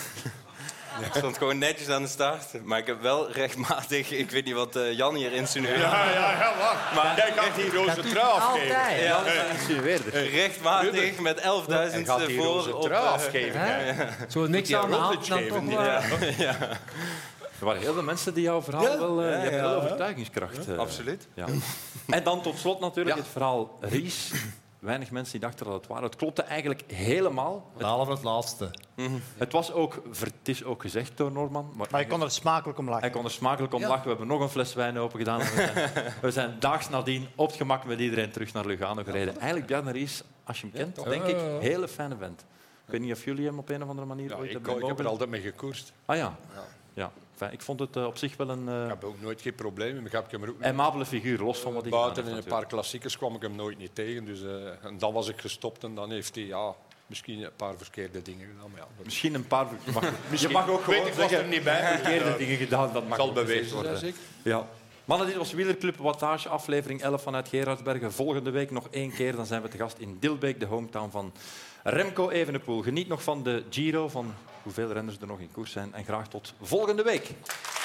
Ik stond gewoon netjes aan de start. Maar ik heb wel rechtmatig... Ik weet niet wat uh, Jan hier insinueerde. Ja, ja, ja, wacht. Maar jij gaat die roze trui afgeven. Ja, ja, ja. insinueerde. Rechtmatig met elfduizend voor. Hij gaat die roze trui afgeven. Ja, ja. Zo niks aan de hand dan toch maar. Ja. Ja. Er waren heel veel mensen die jouw verhaal ja, wel... Uh, ja, je hebt ja, wel overtuigingskracht. Ja, uh, absoluut. Ja. En dan tot slot natuurlijk ja. het verhaal Ries. Weinig mensen die dachten dat het waar. Het klopte eigenlijk helemaal. Behalve het laatste. Mm-hmm. Het was ook, het is ook gezegd door Norman. Maar, maar hij kon er smakelijk om lachen. Hij kon er smakelijk om ja. lachen. We hebben nog een fles wijn open gedaan. We zijn, we zijn daags nadien op het gemak met iedereen terug naar Lugano gereden. Eigenlijk Bjarne Ries, als je hem kent, ja, denk ik, een hele fijne vent. Ik weet niet of jullie hem op een of andere manier... Ja, ooit ik, hebben ik heb er altijd mee gekoerst. Ah ja. ja. ja. Enfin, ik vond het uh, op zich wel een... Uh... Ik heb ook nooit geen probleem. Ik heb hem ook aimabele figuur, los van wat ik... Buiten in een paar klassiekers kwam ik hem nooit niet tegen. Dus, uh, en dan was ik gestopt en dan heeft hij ja, misschien een paar verkeerde dingen gedaan. Maar ja, dat... Misschien een paar... Je mag, je mag ook gewoon weet, ik was er niet bij. Verkeerde ja. dingen gedaan, dat mag zal bewezen worden. Zijn, ja. Mannen, dit was Wielerclub Wattage, aflevering elf vanuit Gerardsbergen. Volgende week nog één keer, dan zijn we te gast in Dilbeek, de hometown van Remco Evenepoel. Geniet nog van de Giro, van hoeveel renners er nog in koers zijn. En graag tot volgende week.